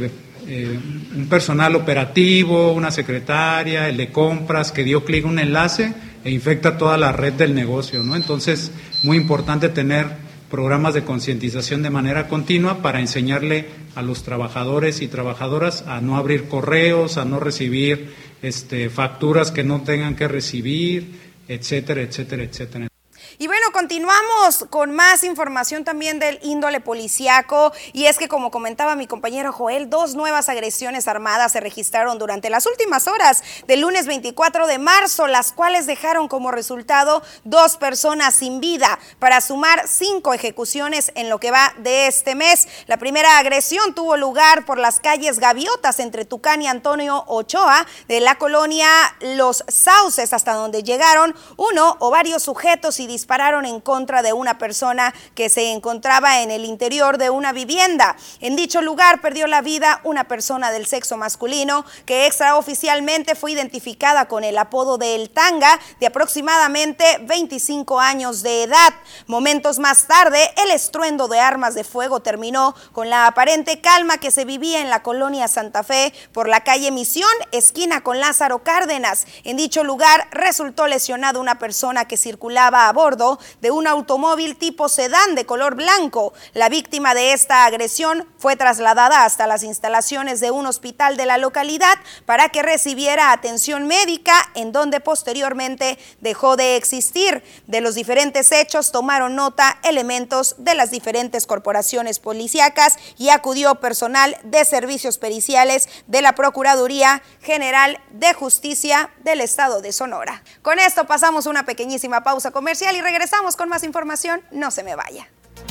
personal operativo, una secretaria, el de compras que dio clic a un enlace e infecta toda la red del negocio, ¿no? Entonces, muy importante tener programas de concientización de manera continua para enseñarle a los trabajadores y trabajadoras a no abrir correos, a no recibir facturas que no tengan que recibir, etcétera, etcétera, etcétera. Y bueno, continuamos con más información también del índole policiaco, y es que, como comentaba mi compañero Joel, 2 nuevas agresiones armadas se registraron durante las últimas horas del lunes 24 de marzo, las cuales dejaron como resultado 2 personas sin vida, para sumar 5 ejecuciones en lo que va de este mes. La primera agresión tuvo lugar por las calles Gaviotas entre Tucán y Antonio Ochoa de la colonia Los Sauces, hasta donde llegaron uno o varios sujetos y dispararon en contra de una persona que se encontraba en el interior de una vivienda. En dicho lugar perdió la vida una persona del sexo masculino que extraoficialmente fue identificada con el apodo de El Tanga, de aproximadamente 25 años de edad. Momentos más tarde, el estruendo de armas de fuego terminó con la aparente calma que se vivía en la colonia Santa Fe por la calle Misión, esquina con Lázaro Cárdenas. En dicho lugar resultó lesionada una persona que circulaba a bordo de un automóvil tipo sedán de color blanco. La víctima de esta agresión fue trasladada hasta las instalaciones de un hospital de la localidad para que recibiera atención médica, en donde posteriormente dejó de existir. De los diferentes hechos tomaron nota elementos de las diferentes corporaciones policíacas y acudió personal de servicios periciales de la Procuraduría General de Justicia del Estado de Sonora. Con esto pasamos una pequeñísima pausa comercial y regresamos con más información. No se me vaya.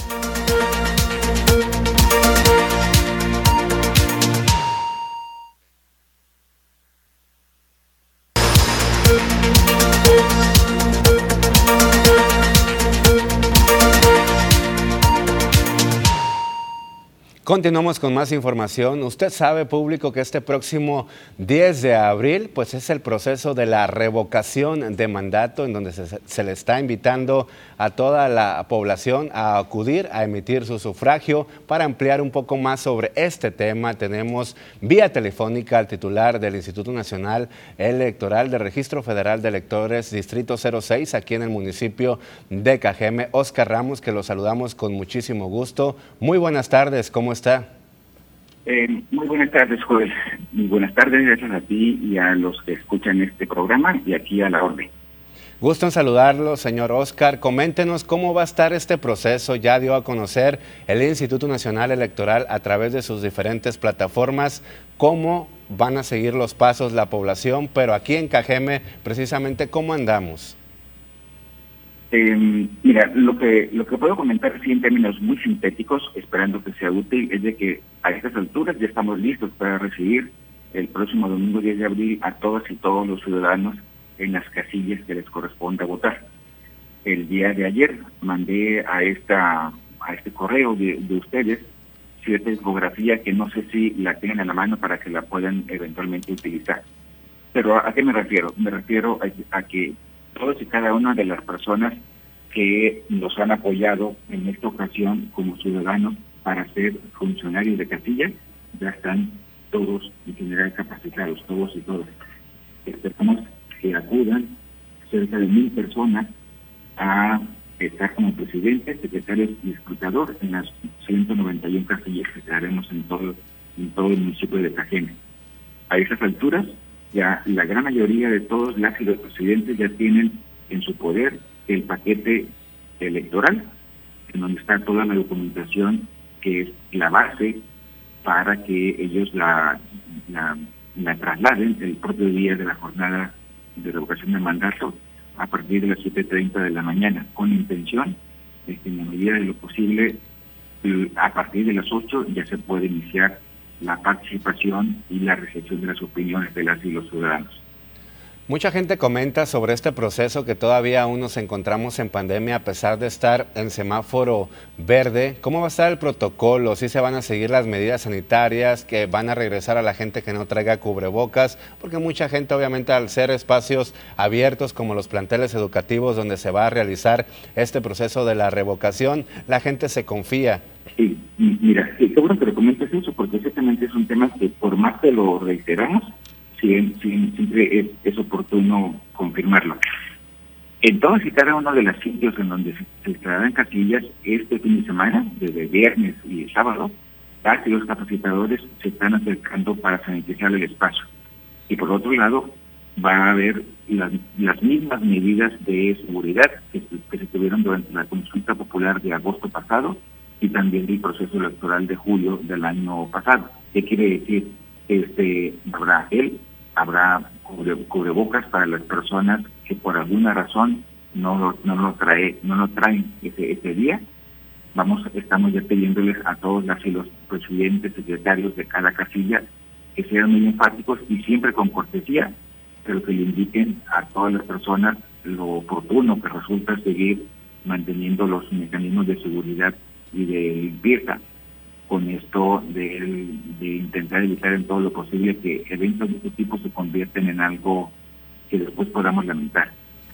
Continuamos con más información. Usted sabe, público, que este próximo 10 de abril pues es el proceso de la revocación de mandato, en donde se le está invitando a toda la población a acudir a emitir su sufragio. Para ampliar un poco más sobre este tema, tenemos vía telefónica al titular del Instituto Nacional Electoral de Registro Federal de Electores, Distrito 06, aquí en el municipio de Cajeme, Óscar Ramos, que lo saludamos con muchísimo gusto. Muy buenas tardes, ¿cómo está? Muy buenas tardes, Joel. Muy buenas tardes, gracias a ti y a los que escuchan este programa y aquí a la orden. Gusto en saludarlo, señor Óscar. Coméntenos cómo va a estar este proceso. Ya dio a conocer el Instituto Nacional Electoral a través de sus diferentes plataformas cómo van a seguir los pasos la población, pero aquí en Cajeme, precisamente, ¿cómo andamos? Mira, lo que puedo comentar así en términos muy sintéticos, esperando que sea útil, es de que a estas alturas ya estamos listos para recibir el próximo domingo 10 de abril a todas y todos los ciudadanos en las casillas que les corresponda votar. El día de ayer mandé a este correo de ustedes cierta infografía que no sé si la tienen a la mano para que la puedan eventualmente utilizar. Pero ¿a qué me refiero? Me refiero a que todos y cada una de las personas que nos han apoyado en esta ocasión como ciudadanos para ser funcionarios de casilla, ya están todos en general capacitados, todos y todas. Esperamos que acudan cerca de 1,000 personas a estar como presidente, secretario y escrutador en las 191 casillas que haremos en todo el municipio de Cajeme. A esas alturas, ya la gran mayoría de todos las y los presidentes ya tienen en su poder el paquete electoral, en donde está toda la documentación que es la base para que ellos la trasladen el propio día de la jornada de revocación de mandato a partir de las 7:30 de la mañana, con intención de que en la medida de lo posible, a partir de las 8 ya se puede iniciar la participación y la recepción de las opiniones de las y los ciudadanos. Mucha gente comenta sobre este proceso que todavía aún nos encontramos en pandemia a pesar de estar en semáforo verde. ¿Cómo va a estar el protocolo? ¿Sí se van a seguir las medidas sanitarias? ¿Que van a regresar a la gente que no traiga cubrebocas? Porque mucha gente, obviamente, al ser espacios abiertos como los planteles educativos donde se va a realizar este proceso de la revocación, la gente se confía. Sí, mira, qué bueno que lo comentas eso, porque exactamente es un tema que por más que lo reiteramos, siempre es oportuno confirmarlo. En todos y cada uno de los sitios en donde se instalarán casillas este fin de semana, desde viernes y sábado, los capacitadores se están acercando para sanitizar el espacio. Y por otro lado, va a haber las mismas medidas de seguridad que se tuvieron durante la consulta popular de agosto pasado y también del proceso electoral de julio del año pasado. ¿Qué quiere decir? Habrá cubrebocas para las personas que por alguna razón no lo traen ese día. Estamos ya pidiéndoles a todos los presidentes, secretarios de cada casilla que sean muy enfáticos y siempre con cortesía, pero que le indiquen a todas las personas lo oportuno que resulta seguir manteniendo los mecanismos de seguridad y de limpieza, con esto de intentar evitar en todo lo posible que eventos de este tipo se convierten en algo que después podamos lamentar.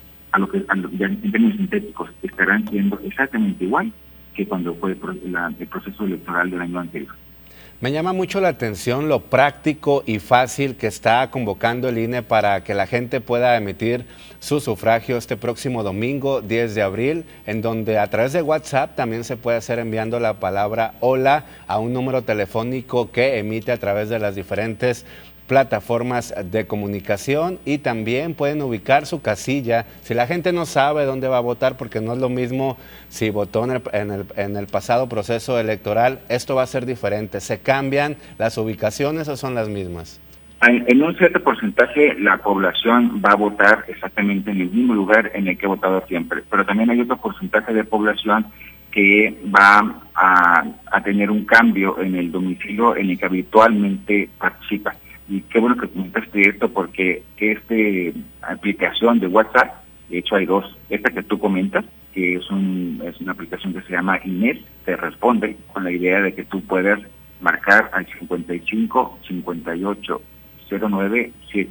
Ya en términos sintéticos, estarán siendo exactamente igual que cuando fue el proceso electoral del año anterior. Me llama mucho la atención lo práctico y fácil que está convocando el INE para que la gente pueda emitir su sufragio este próximo domingo 10 de abril, en donde a través de WhatsApp también se puede hacer enviando la palabra hola a un número telefónico que emite a través de las diferentes plataformas de comunicación, y también pueden ubicar su casilla si la gente no sabe dónde va a votar, porque no es lo mismo si votó en el pasado proceso electoral. Esto va a ser diferente. ¿Se cambian las ubicaciones o son las mismas? En un cierto porcentaje la población va a votar exactamente en el mismo lugar en el que ha votado siempre, pero también hay otro porcentaje de población que va a tener un cambio en el domicilio en el que habitualmente participa. Y qué bueno que comentaste esto, porque esta aplicación de WhatsApp, de hecho hay dos, esta que tú comentas, que es una aplicación que se llama Inés, te responde con la idea de que tú puedas marcar al 55 58 09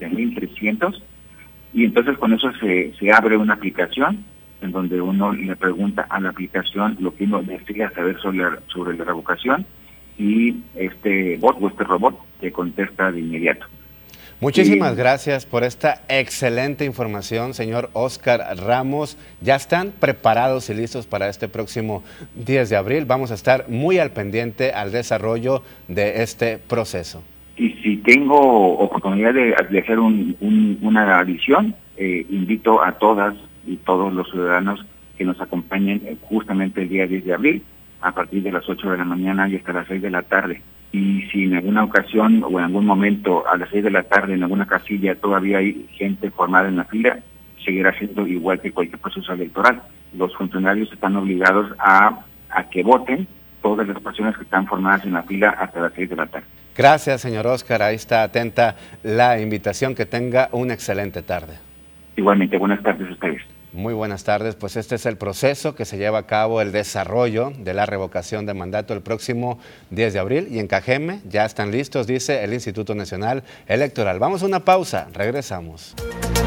7300, y entonces con eso se abre una aplicación en donde uno le pregunta a la aplicación lo que uno desea saber sobre la revocación, y este bot o este robot te contesta de inmediato. Muchísimas gracias por esta excelente información, señor Óscar Ramos. Ya están preparados y listos para este próximo 10 de abril. Vamos a estar muy al pendiente al desarrollo de este proceso. Y si tengo oportunidad de hacer una adición, invito a todas y todos los ciudadanos que nos acompañen justamente el día 10 de abril, a partir de las 8 de la mañana y hasta las 6 de la tarde. Y si en alguna ocasión o en algún momento a las 6 de la tarde en alguna casilla todavía hay gente formada en la fila, seguirá siendo igual que cualquier proceso electoral. Los funcionarios están obligados a que voten todas las personas que están formadas en la fila hasta las 6 de la tarde. Gracias, señor Óscar. Ahí está atenta la invitación. Que tenga una excelente tarde. Igualmente, buenas tardes a ustedes. Muy buenas tardes, pues este es el proceso que se lleva a cabo, el desarrollo de la revocación de mandato el próximo 10 de abril, y en Cajeme ya están listos, dice el Instituto Nacional Electoral. Vamos a una pausa, regresamos.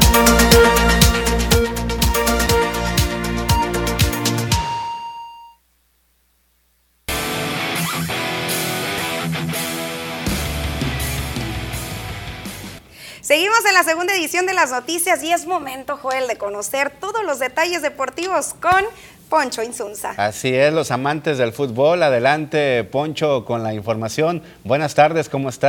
Seguimos en la segunda edición de las noticias y es momento, Joel, de conocer todos los detalles deportivos con Poncho Insunza. Así es, los amantes del fútbol. Adelante, Poncho, con la información. Buenas tardes, ¿cómo estás?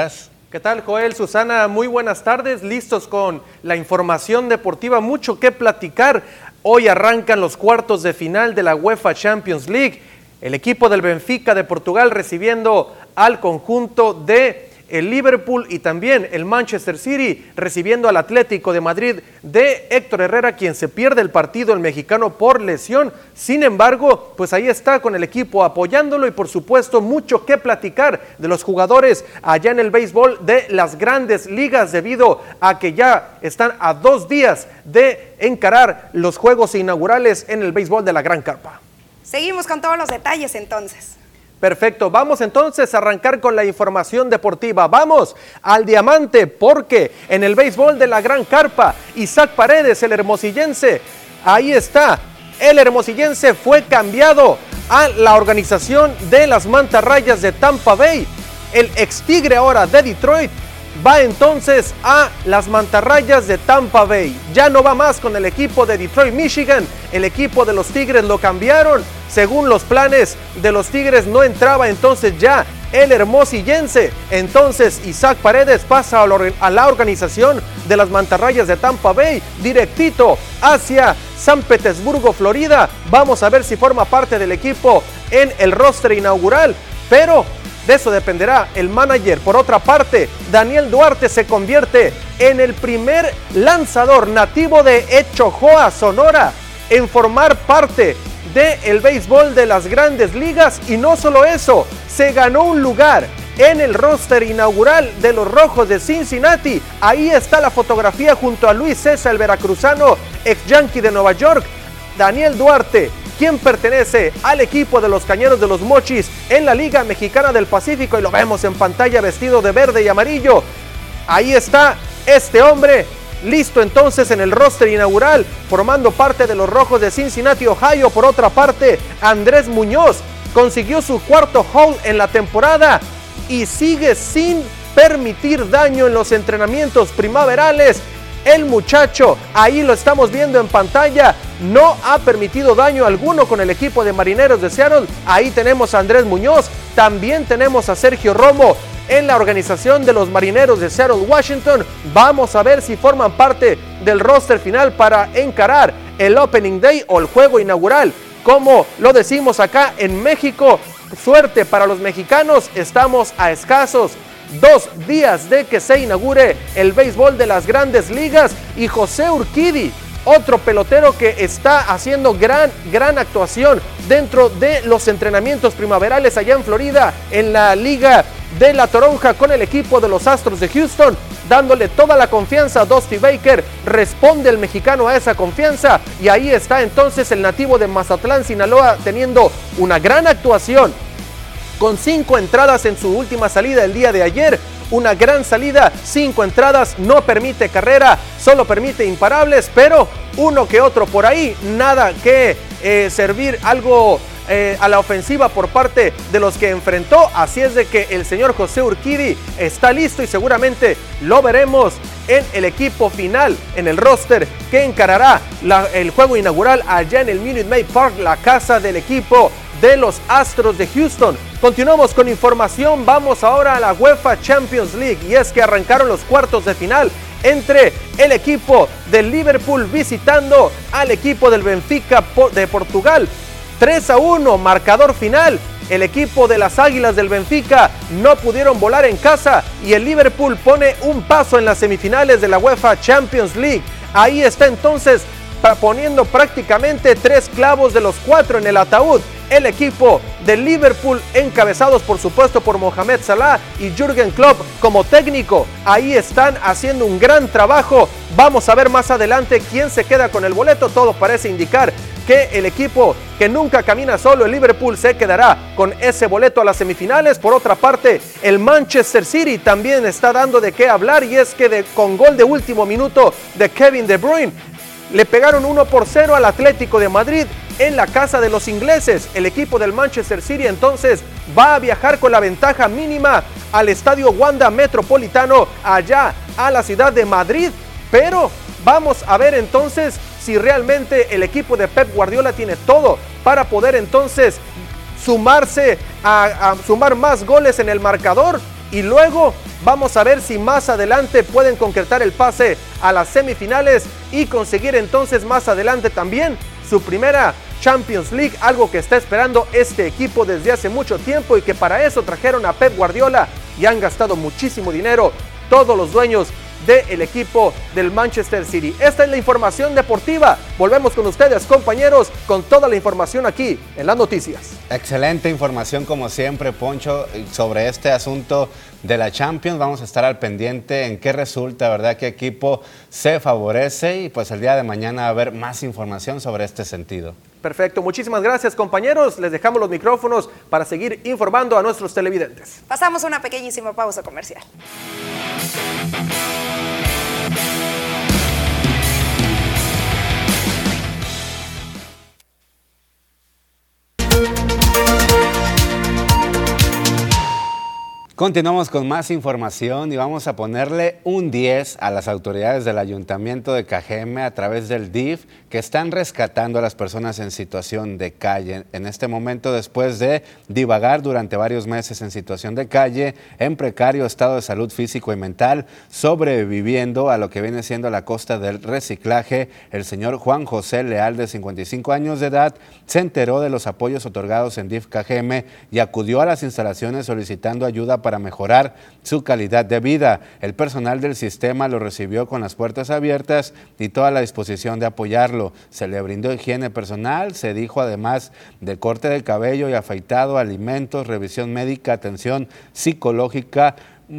¿Qué tal, Joel? Susana, muy buenas tardes, listos con la información deportiva, mucho que platicar. Hoy arrancan los cuartos de final de la UEFA Champions League. El equipo del Benfica de Portugal recibiendo al conjunto de el Liverpool y también el Manchester City recibiendo al Atlético de Madrid de Héctor Herrera, quien se pierde el partido, el mexicano, por lesión. Sin embargo, pues ahí está con el equipo apoyándolo y por supuesto mucho que platicar de los jugadores allá en el béisbol de las grandes ligas, debido a que ya están a 2 días de encarar los juegos inaugurales en el béisbol de la Gran Carpa. Seguimos con todos los detalles entonces. Perfecto, vamos entonces a arrancar con la información deportiva. Vamos al diamante, porque en el béisbol de la Gran Carpa, Isaac Paredes, el hermosillense, ahí está, el hermosillense fue cambiado a la organización de las Mantarrayas de Tampa Bay. El ex Tigre ahora de Detroit va entonces a las Mantarrayas de Tampa Bay. Ya no va más con el equipo de Detroit, Michigan. El equipo de los Tigres lo cambiaron. Según los planes de los Tigres, no entraba entonces ya el hermosillense. Entonces Isaac Paredes pasa a la organización de las Mantarrayas de Tampa Bay, directito hacia San Petersburgo, Florida. Vamos a ver si forma parte del equipo en el roster inaugural, pero de eso dependerá el manager. Por otra parte, Daniel Duarte se convierte en el primer lanzador nativo de Echojoa, Sonora, en formar parte del béisbol de las grandes ligas. Y no solo eso, se ganó un lugar en el roster inaugural de los Rojos de Cincinnati. Ahí está la fotografía junto a Luis César, el veracruzano, ex Yankee de Nueva York. Daniel Duarte, quien pertenece al equipo de los Cañeros de los Mochis en la Liga Mexicana del Pacífico, y lo vemos en pantalla vestido de verde y amarillo. Ahí está este hombre, listo entonces en el roster inaugural, formando parte de los Rojos de Cincinnati, Ohio. Por otra parte, Andrés Muñoz consiguió su 4º hole en la temporada y sigue sin permitir daño en los entrenamientos primaverales. El muchacho, ahí lo estamos viendo en pantalla, no ha permitido daño alguno con el equipo de Marineros de Seattle. Ahí tenemos a Andrés Muñoz, también tenemos a Sergio Romo en la organización de los Marineros de Seattle, Washington. Vamos a ver si forman parte del roster final para encarar el Opening Day o el juego inaugural, como lo decimos acá en México. Suerte para los mexicanos, estamos a escasos 2 días de que se inaugure el béisbol de las grandes ligas. Y José Urquidy, otro pelotero que está haciendo gran actuación dentro de los entrenamientos primaverales allá en Florida, en la Liga de la Toronja con el equipo de los Astros de Houston, dándole toda la confianza a Dusty Baker. Responde el mexicano a esa confianza, y ahí está entonces el nativo de Mazatlán, Sinaloa, teniendo una gran actuación con 5 entradas en su última salida el día de ayer. Una gran salida, 5 entradas, no permite carrera, solo permite imparables, pero uno que otro por ahí, nada que servir algo a la ofensiva por parte de los que enfrentó. Así es de que el señor José Urquidy está listo y seguramente lo veremos en el equipo final, en el roster que encarará el juego inaugural allá en el Minute Maid Park, la casa del equipo de los Astros de Houston. Continuamos con información, vamos ahora a la UEFA Champions League, y es que arrancaron los cuartos de final entre el equipo del Liverpool visitando al equipo del Benfica de Portugal. 3-1, marcador final. El equipo de las Águilas del Benfica no pudieron volar en casa y el Liverpool pone un paso en las semifinales de la UEFA Champions League. Ahí está entonces poniendo prácticamente 3 clavos de los 4 en el ataúd. El equipo de Liverpool, encabezados por supuesto por Mohamed Salah y Jürgen Klopp como técnico, ahí están haciendo un gran trabajo. Vamos a ver más adelante quién se queda con el boleto. Todo parece indicar que el equipo que nunca camina solo, el Liverpool, se quedará con ese boleto a las semifinales. Por otra parte, el Manchester City también está dando de qué hablar, y es que con gol de último minuto de Kevin De Bruyne, le pegaron 1-0 al Atlético de Madrid en la casa de los ingleses. El equipo del Manchester City entonces va a viajar con la ventaja mínima al estadio Wanda Metropolitano, allá a la ciudad de Madrid. Pero vamos a ver entonces si realmente el equipo de Pep Guardiola tiene todo para poder entonces sumarse a sumar más goles en el marcador. y luego vamos a ver si más adelante pueden concretar el pase a las semifinales y conseguir entonces más adelante también su primera Champions League, algo que está esperando este equipo desde hace mucho tiempo y que para eso trajeron a Pep Guardiola y han gastado muchísimo dinero todos los dueños del equipo del Manchester City. Esta es la información deportiva. Volvemos con ustedes, compañeros, con toda la información aquí en las noticias. Excelente información como siempre, Poncho, sobre este asunto de la Champions. Vamos a estar al pendiente en qué resulta, ¿verdad? Qué equipo se favorece y pues el día de mañana va a haber más información sobre este sentido. Perfecto, muchísimas gracias, compañeros. Les dejamos los micrófonos para seguir informando a nuestros televidentes. Pasamos una pequeñísima pausa comercial. Continuamos con más información y vamos a ponerle un 10 a las autoridades del Ayuntamiento de Cajeme a través del DIF, que están rescatando a las personas en situación de calle. En este momento, después de divagar durante varios meses en situación de calle, en precario estado de salud físico y mental, sobreviviendo a lo que viene siendo la costa del reciclaje, el señor Juan José Leal, de 55 años de edad, se enteró de los apoyos otorgados en DIF Cajeme y acudió a las instalaciones solicitando ayuda para mejorar su calidad de vida. El personal del sistema lo recibió con las puertas abiertas y toda la disposición de apoyarlo. Se le brindó higiene personal, se dijo además de corte de cabello y afeitado, alimentos, revisión médica, atención psicológica,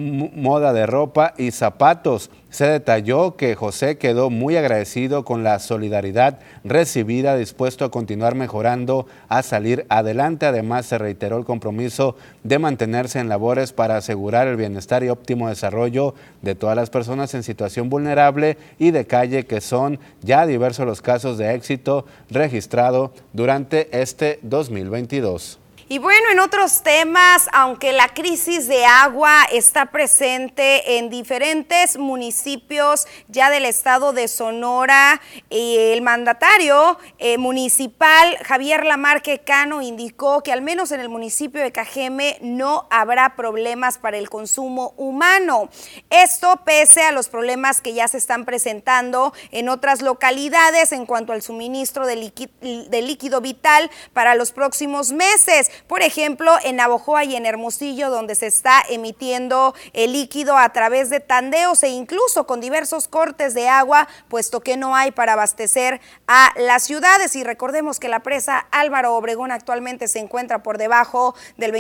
moda de ropa y zapatos. Se detalló que José quedó muy agradecido con la solidaridad recibida, dispuesto a continuar mejorando, a salir adelante. Además, se reiteró el compromiso de mantenerse en labores para asegurar el bienestar y óptimo desarrollo de todas las personas en situación vulnerable y de calle, que son ya diversos los casos de éxito registrado durante este 2022. Y bueno, en otros temas, aunque la crisis de agua está presente en diferentes municipios ya del estado de Sonora, el mandatario municipal Javier Lamarque Cano indicó que al menos en el municipio de Cajeme no habrá problemas para el consumo humano. Esto pese a los problemas que ya se están presentando en otras localidades en cuanto al suministro de líquido vital para los próximos meses. Por ejemplo, en Navojoa y en Hermosillo, donde se está emitiendo el líquido a través de tandeos e incluso con diversos cortes de agua, puesto que no hay para abastecer a las ciudades. Y recordemos que la presa Álvaro Obregón actualmente se encuentra por debajo del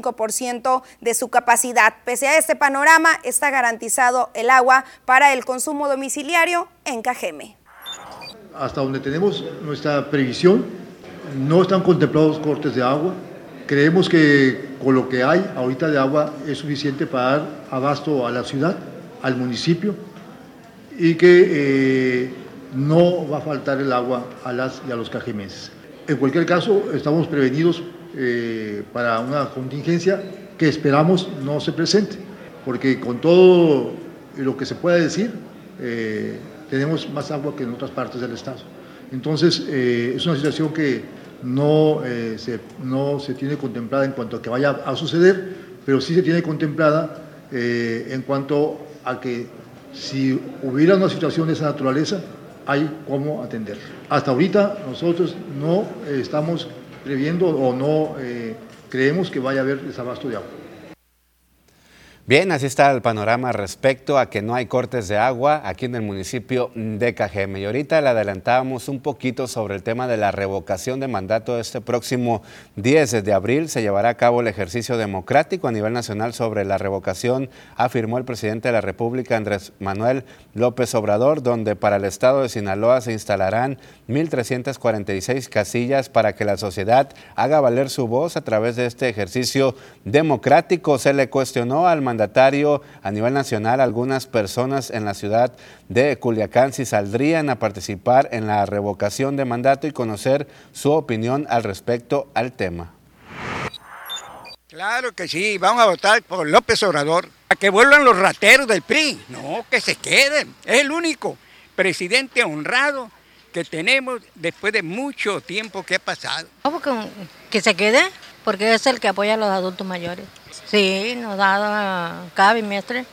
25% de su capacidad. Pese a este panorama, está garantizado el agua para el consumo domiciliario en Cajeme. Hasta donde tenemos nuestra previsión, no están contemplados cortes de agua. Creemos que con lo que hay ahorita de agua es suficiente para dar abasto a la ciudad, al municipio, y que no va a faltar el agua a las y a los cajemenses. En cualquier caso, estamos prevenidos para una contingencia que esperamos no se presente, porque con todo lo que se pueda decir, tenemos más agua que en otras partes del estado. Entonces, es una situación que no se tiene contemplada en cuanto a que vaya a suceder, pero sí se tiene contemplada en cuanto a que si hubiera una situación de esa naturaleza, hay cómo atender. Hasta ahorita nosotros no estamos previendo o no creemos que vaya a haber desabasto de agua. Bien, así está el panorama respecto a que no hay cortes de agua aquí en el municipio de Cajeme. Y ahorita le adelantábamos un poquito sobre el tema de la revocación de mandato. Este próximo 10 de abril se llevará a cabo el ejercicio democrático a nivel nacional sobre la revocación, afirmó el presidente de la República, Andrés Manuel López Obrador, donde para el estado de Sinaloa se instalarán 1,346 casillas para que la sociedad haga valer su voz a través de este ejercicio democrático. Se le cuestionó al mandatario a nivel nacional algunas personas en la ciudad de Culiacán si saldrían a participar en la revocación de mandato y conocer su opinión al respecto al tema. Claro que sí, vamos a votar por López Obrador, a que vuelvan los rateros del PRI, no, que se queden, es el único presidente honrado que tenemos después de mucho tiempo que ha pasado. ¿Cómo que se quede? porque es el que apoya a los adultos mayores. Sí, nos da cada bimestre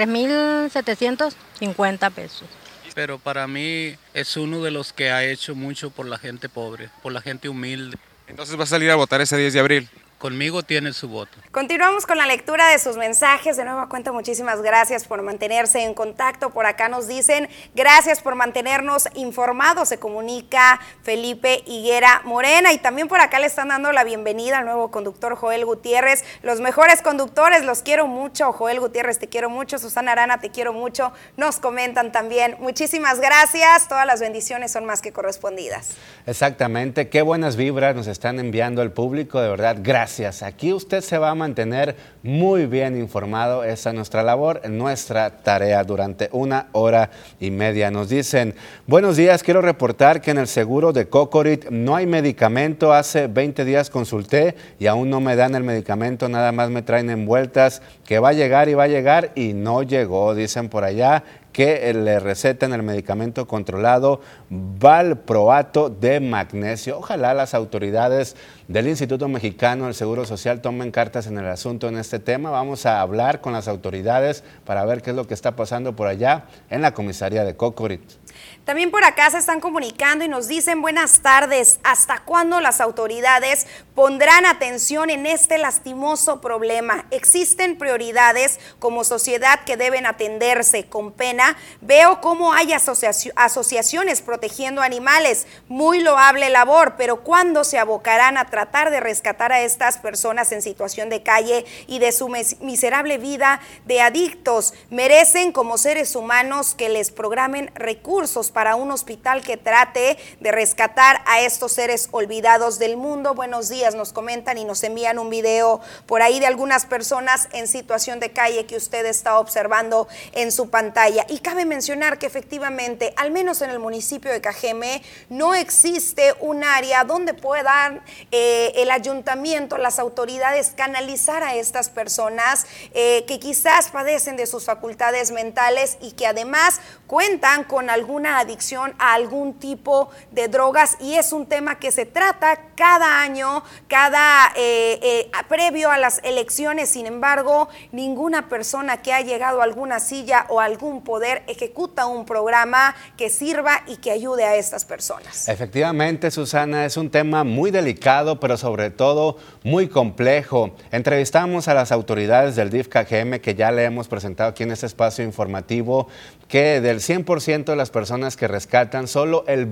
3,750 pesos. Pero para mí es uno de los que ha hecho mucho por la gente pobre, por la gente humilde. Entonces va a salir a votar ese 10 de abril. Conmigo tiene su voto. Continuamos con la lectura de sus mensajes. De nueva cuenta, muchísimas gracias por mantenerse en contacto. Por acá nos dicen, gracias por mantenernos informados. Se comunica Felipe Higuera Morena. Y también por acá le están dando la bienvenida al nuevo conductor Joel Gutiérrez. Los mejores conductores, los quiero mucho. Joel Gutiérrez, te quiero mucho. Susana Arana, te quiero mucho. Nos comentan también. Muchísimas gracias. Todas las bendiciones son más que correspondidas. Exactamente. Qué buenas vibras nos están enviando el público. De verdad, gracias. Aquí usted se va a mantener muy bien informado. Esa es nuestra labor, nuestra tarea durante 1 hora y media. Nos dicen, buenos días, quiero reportar que en el seguro de Cocorit no hay medicamento. Hace 20 días consulté y aún no me dan el medicamento, nada más me traen envueltas que va a llegar y no llegó, dicen por allá, que le recetan el medicamento controlado valproato de magnesio. Ojalá las autoridades del Instituto Mexicano del Seguro Social tomen cartas en el asunto en este tema. Vamos a hablar con las autoridades para ver qué es lo que está pasando por allá en la comisaría de Cocorit. También por acá se están comunicando y nos dicen, buenas tardes, ¿hasta cuándo las autoridades pondrán atención en este lastimoso problema? Existen prioridades como sociedad que deben atenderse. Con pena veo cómo hay asociaciones protegiendo animales, muy loable labor, pero ¿cuándo se abocarán a tratar de rescatar a estas personas en situación de calle y de su miserable vida de adictos? Merecen como seres humanos que les programen recursos para un hospital que trate de rescatar a estos seres olvidados del mundo. Buenos días, nos comentan y nos envían un video por ahí de algunas personas en situación de calle que usted está observando en su pantalla. Y cabe mencionar que efectivamente, al menos en el municipio de Cajeme, no existe un área donde puedan el ayuntamiento, las autoridades canalizar a estas personas que quizás padecen de sus facultades mentales y que además cuentan con alguna adicción a algún tipo de drogas, y es un tema que se trata cada año, previo a las elecciones. Sin embargo, ninguna persona que ha llegado a alguna silla o a algún poder ejecuta un programa que sirva y que ayude a estas personas. Efectivamente, Susana, es un tema muy delicado, pero sobre todo muy complejo. Entrevistamos a las autoridades del DIF Cajeme, que ya le hemos presentado aquí en este espacio informativo, que del 100% de las personas que rescatan, solo el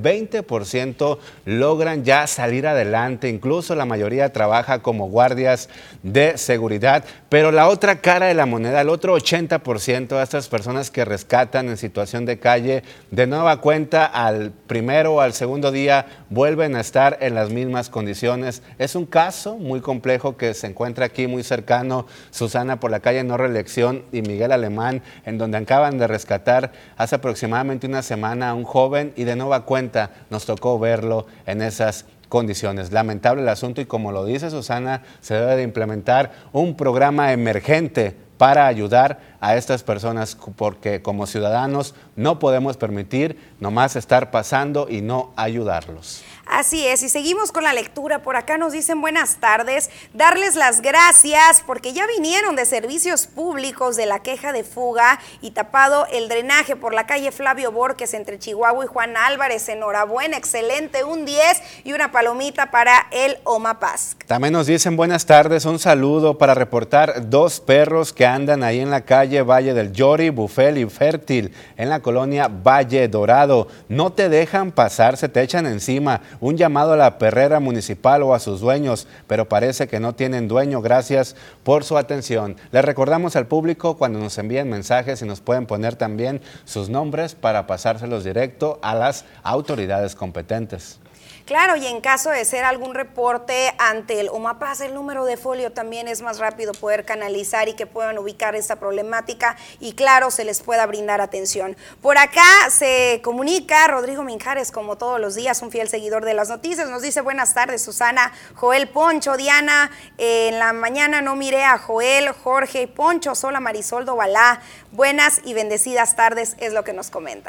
20% logran ya salir adelante. Incluso la mayoría trabaja como guardias de seguridad. Pero la otra cara de la moneda, el otro 80% de estas personas que rescatan en situación de calle, de nueva cuenta al primero o al segundo día vuelven a estar en las mismas condiciones. Es un caso muy complejo que se encuentra aquí muy cercano, Susana, por la calle No Reelección y Miguel Alemán, en donde acaban de rescatar hace aproximadamente una semana a un joven, y de nueva cuenta nos tocó verlo en esas condiciones. Lamentable el asunto, y como lo dice Susana, se debe de implementar un programa emergente para ayudar a estas personas, porque como ciudadanos no podemos permitir nomás estar pasando y no ayudarlos. Así es, y seguimos con la lectura. Por acá nos dicen buenas tardes, darles las gracias porque ya vinieron de servicios públicos de la queja de fuga y tapado el drenaje por la calle Flavio Borges entre Chihuahua y Juan Álvarez. Enhorabuena, excelente, un 10 y una palomita para el Omapaz. También nos dicen buenas tardes, un saludo para reportar 2 perros que andan ahí en la calle Valle del Llori, Bufel y Fértil, en la colonia Valle Dorado. No te dejan pasar, se te echan encima. Un llamado a la perrera municipal o a sus dueños, pero parece que no tienen dueño. Gracias por su atención. Les recordamos al público, cuando nos envíen mensajes, y nos pueden poner también sus nombres para pasárselos directo a las autoridades competentes. Claro, y en caso de ser algún reporte ante el Omapaz, el número de folio también es más rápido poder canalizar y que puedan ubicar esta problemática y claro, se les pueda brindar atención. Por acá se comunica Rodrigo Minjares, como todos los días, un fiel seguidor de las noticias. Nos dice buenas tardes, Susana, Joel, Poncho, Diana. En la mañana no miré a Joel, Jorge, Poncho, sola Marisol Dovalá. Buenas y bendecidas tardes es lo que nos comentan.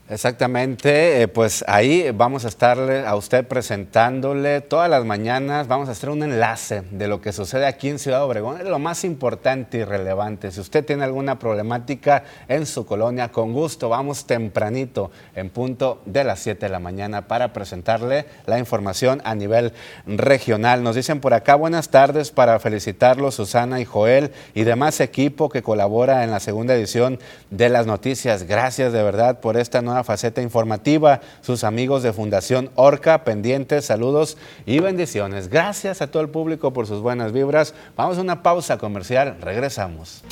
Exactamente, pues ahí vamos a estarle a usted presentándole todas las mañanas, vamos a hacer un enlace de lo que sucede aquí en Ciudad Obregón, es lo más importante y relevante. Si usted tiene alguna problemática en su colonia, con gusto vamos tempranito, en punto de las 7 de la mañana, para presentarle la información a nivel regional. Nos dicen por acá, buenas tardes, para felicitarlos Susana y Joel y demás equipo que colabora en la segunda edición de las noticias. Gracias de verdad por esta nueva faceta informativa. Sus amigos de Fundación Orca, pendientes, saludos y bendiciones. Gracias a todo el público por sus buenas vibras. Vamos a una pausa comercial, regresamos.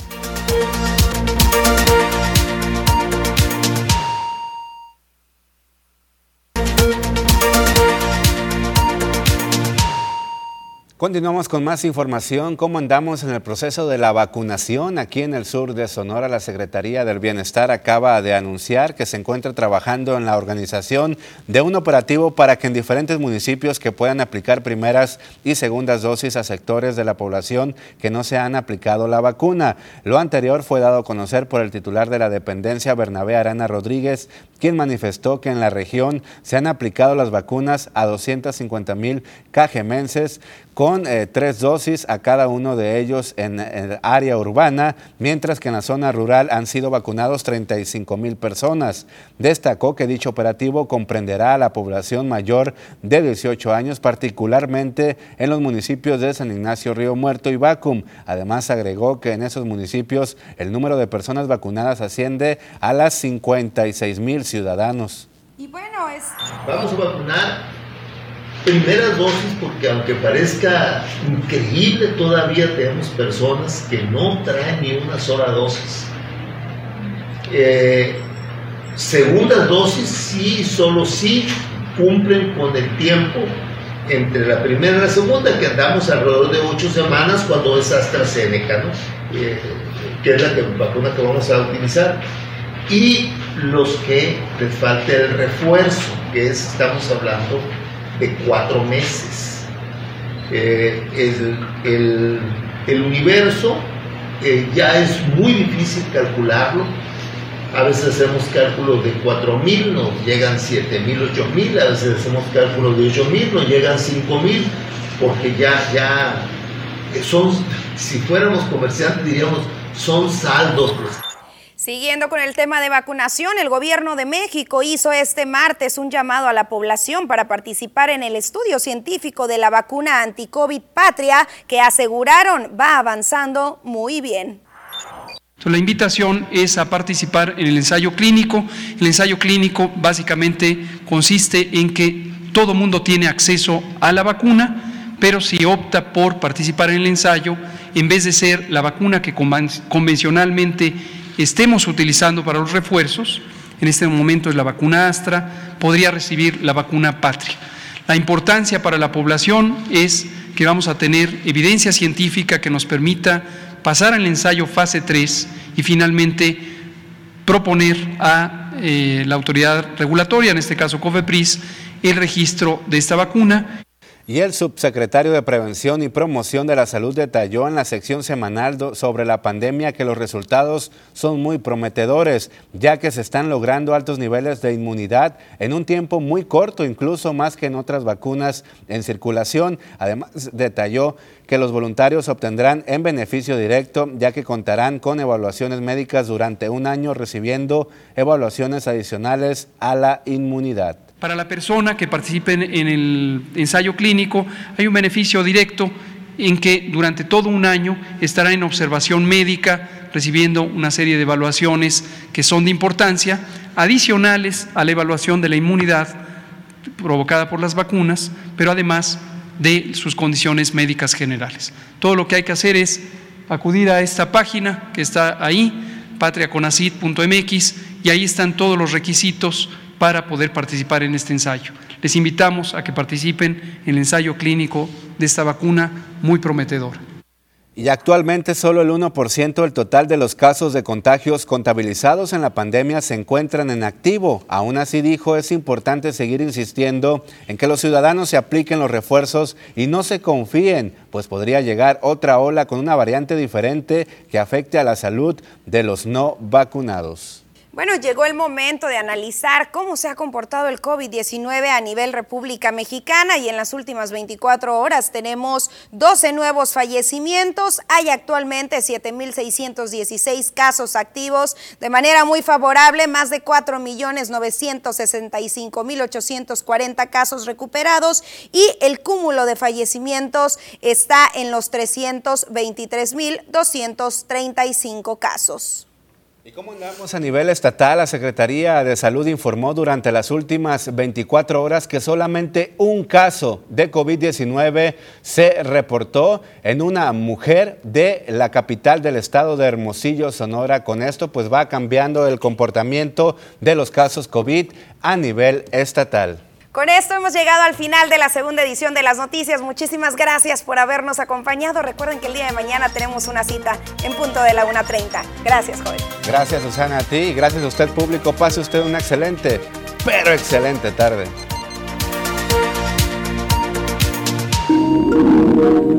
Continuamos con más información. ¿Cómo andamos en el proceso de la vacunación? Aquí en el sur de Sonora, la Secretaría del Bienestar acaba de anunciar que se encuentra trabajando en la organización de un operativo para que en diferentes municipios que puedan aplicar primeras y segundas dosis a sectores de la población que no se han aplicado la vacuna. Lo anterior fue dado a conocer por el titular de la dependencia, Bernabé Arana Rodríguez, quien manifestó que en la región se han aplicado las vacunas a 250,000 cajemenses con 3 dosis a cada uno de ellos en el área urbana, mientras que en la zona rural han sido vacunados 35,000 personas. Destacó que dicho operativo comprenderá a la población mayor de 18 años, particularmente en los municipios de San Ignacio, Río Muerto y Bacum. Además agregó que en esos municipios el número de personas vacunadas asciende a las 56,000 ciudadanos. Y bueno, vamos a vacunar primeras dosis, porque aunque parezca increíble, todavía tenemos personas que no traen ni una sola dosis. Segundas dosis sí, solo sí cumplen con el tiempo entre la primera y la segunda, que andamos alrededor de 8 semanas cuando es AstraZeneca, ¿no? Que es la vacuna que vamos a utilizar. Y los que les falte el refuerzo, que es, estamos hablando de 4 meses. El universo ya es muy difícil calcularlo. A veces hacemos cálculos de 4,000, nos llegan 7,000, 8,000, a veces hacemos cálculos de 8,000, nos llegan 5,000, porque ya son, si fuéramos comerciantes diríamos, son saldos. Siguiendo con el tema de vacunación, el gobierno de México hizo este martes un llamado a la población para participar en el estudio científico de la vacuna anti-COVID Patria, que aseguraron va avanzando muy bien. La invitación es a participar en el ensayo clínico. El ensayo clínico básicamente consiste en que todo mundo tiene acceso a la vacuna, pero si opta por participar en el ensayo, en vez de ser la vacuna que convencionalmente estemos utilizando para los refuerzos, en este momento es la vacuna Astra, podría recibir la vacuna Patria. La importancia para la población es que vamos a tener evidencia científica que nos permita pasar al ensayo fase 3 y finalmente proponer a la autoridad regulatoria, en este caso COFEPRIS, el registro de esta vacuna. Y el subsecretario de Prevención y Promoción de la Salud detalló en la sección semanal sobre la pandemia que los resultados son muy prometedores, ya que se están logrando altos niveles de inmunidad en un tiempo muy corto, incluso más que en otras vacunas en circulación. Además, detalló que los voluntarios obtendrán en beneficio directo, ya que contarán con evaluaciones médicas durante un año, recibiendo evaluaciones adicionales a la inmunidad. Para la persona que participe en el ensayo clínico hay un beneficio directo en que durante todo un año estará en observación médica, recibiendo una serie de evaluaciones que son de importancia, adicionales a la evaluación de la inmunidad provocada por las vacunas, pero además de sus condiciones médicas generales. Todo lo que hay que hacer es acudir a esta página que está ahí, patriaconacid.mx, y ahí están todos los requisitos para poder participar en este ensayo. Les invitamos a que participen en el ensayo clínico de esta vacuna muy prometedora. Y actualmente solo el 1% del total de los casos de contagios contabilizados en la pandemia se encuentran en activo. Aún así, dijo, es importante seguir insistiendo en que los ciudadanos se apliquen los refuerzos y no se confíen, pues podría llegar otra ola con una variante diferente que afecte a la salud de los no vacunados. Bueno, llegó el momento de analizar cómo se ha comportado el COVID-19 a nivel República Mexicana y en las últimas 24 horas tenemos 12 nuevos fallecimientos. Hay actualmente 7.616 casos activos de manera muy favorable, más de 4.965.840 casos recuperados y el cúmulo de fallecimientos está en los 323.235 casos. ¿Y cómo andamos a nivel estatal? La Secretaría de Salud informó durante las últimas 24 horas que solamente un caso de COVID-19 se reportó en una mujer de la capital del estado de Hermosillo, Sonora. Con esto pues va cambiando el comportamiento de los casos COVID a nivel estatal. Con esto hemos llegado al final de la segunda edición de Las Noticias. Muchísimas gracias por habernos acompañado. Recuerden que el día de mañana tenemos una cita en punto de la 1:30. Gracias, joven. Gracias, Susana, a ti y gracias a usted, público. Pase usted una excelente, pero excelente tarde.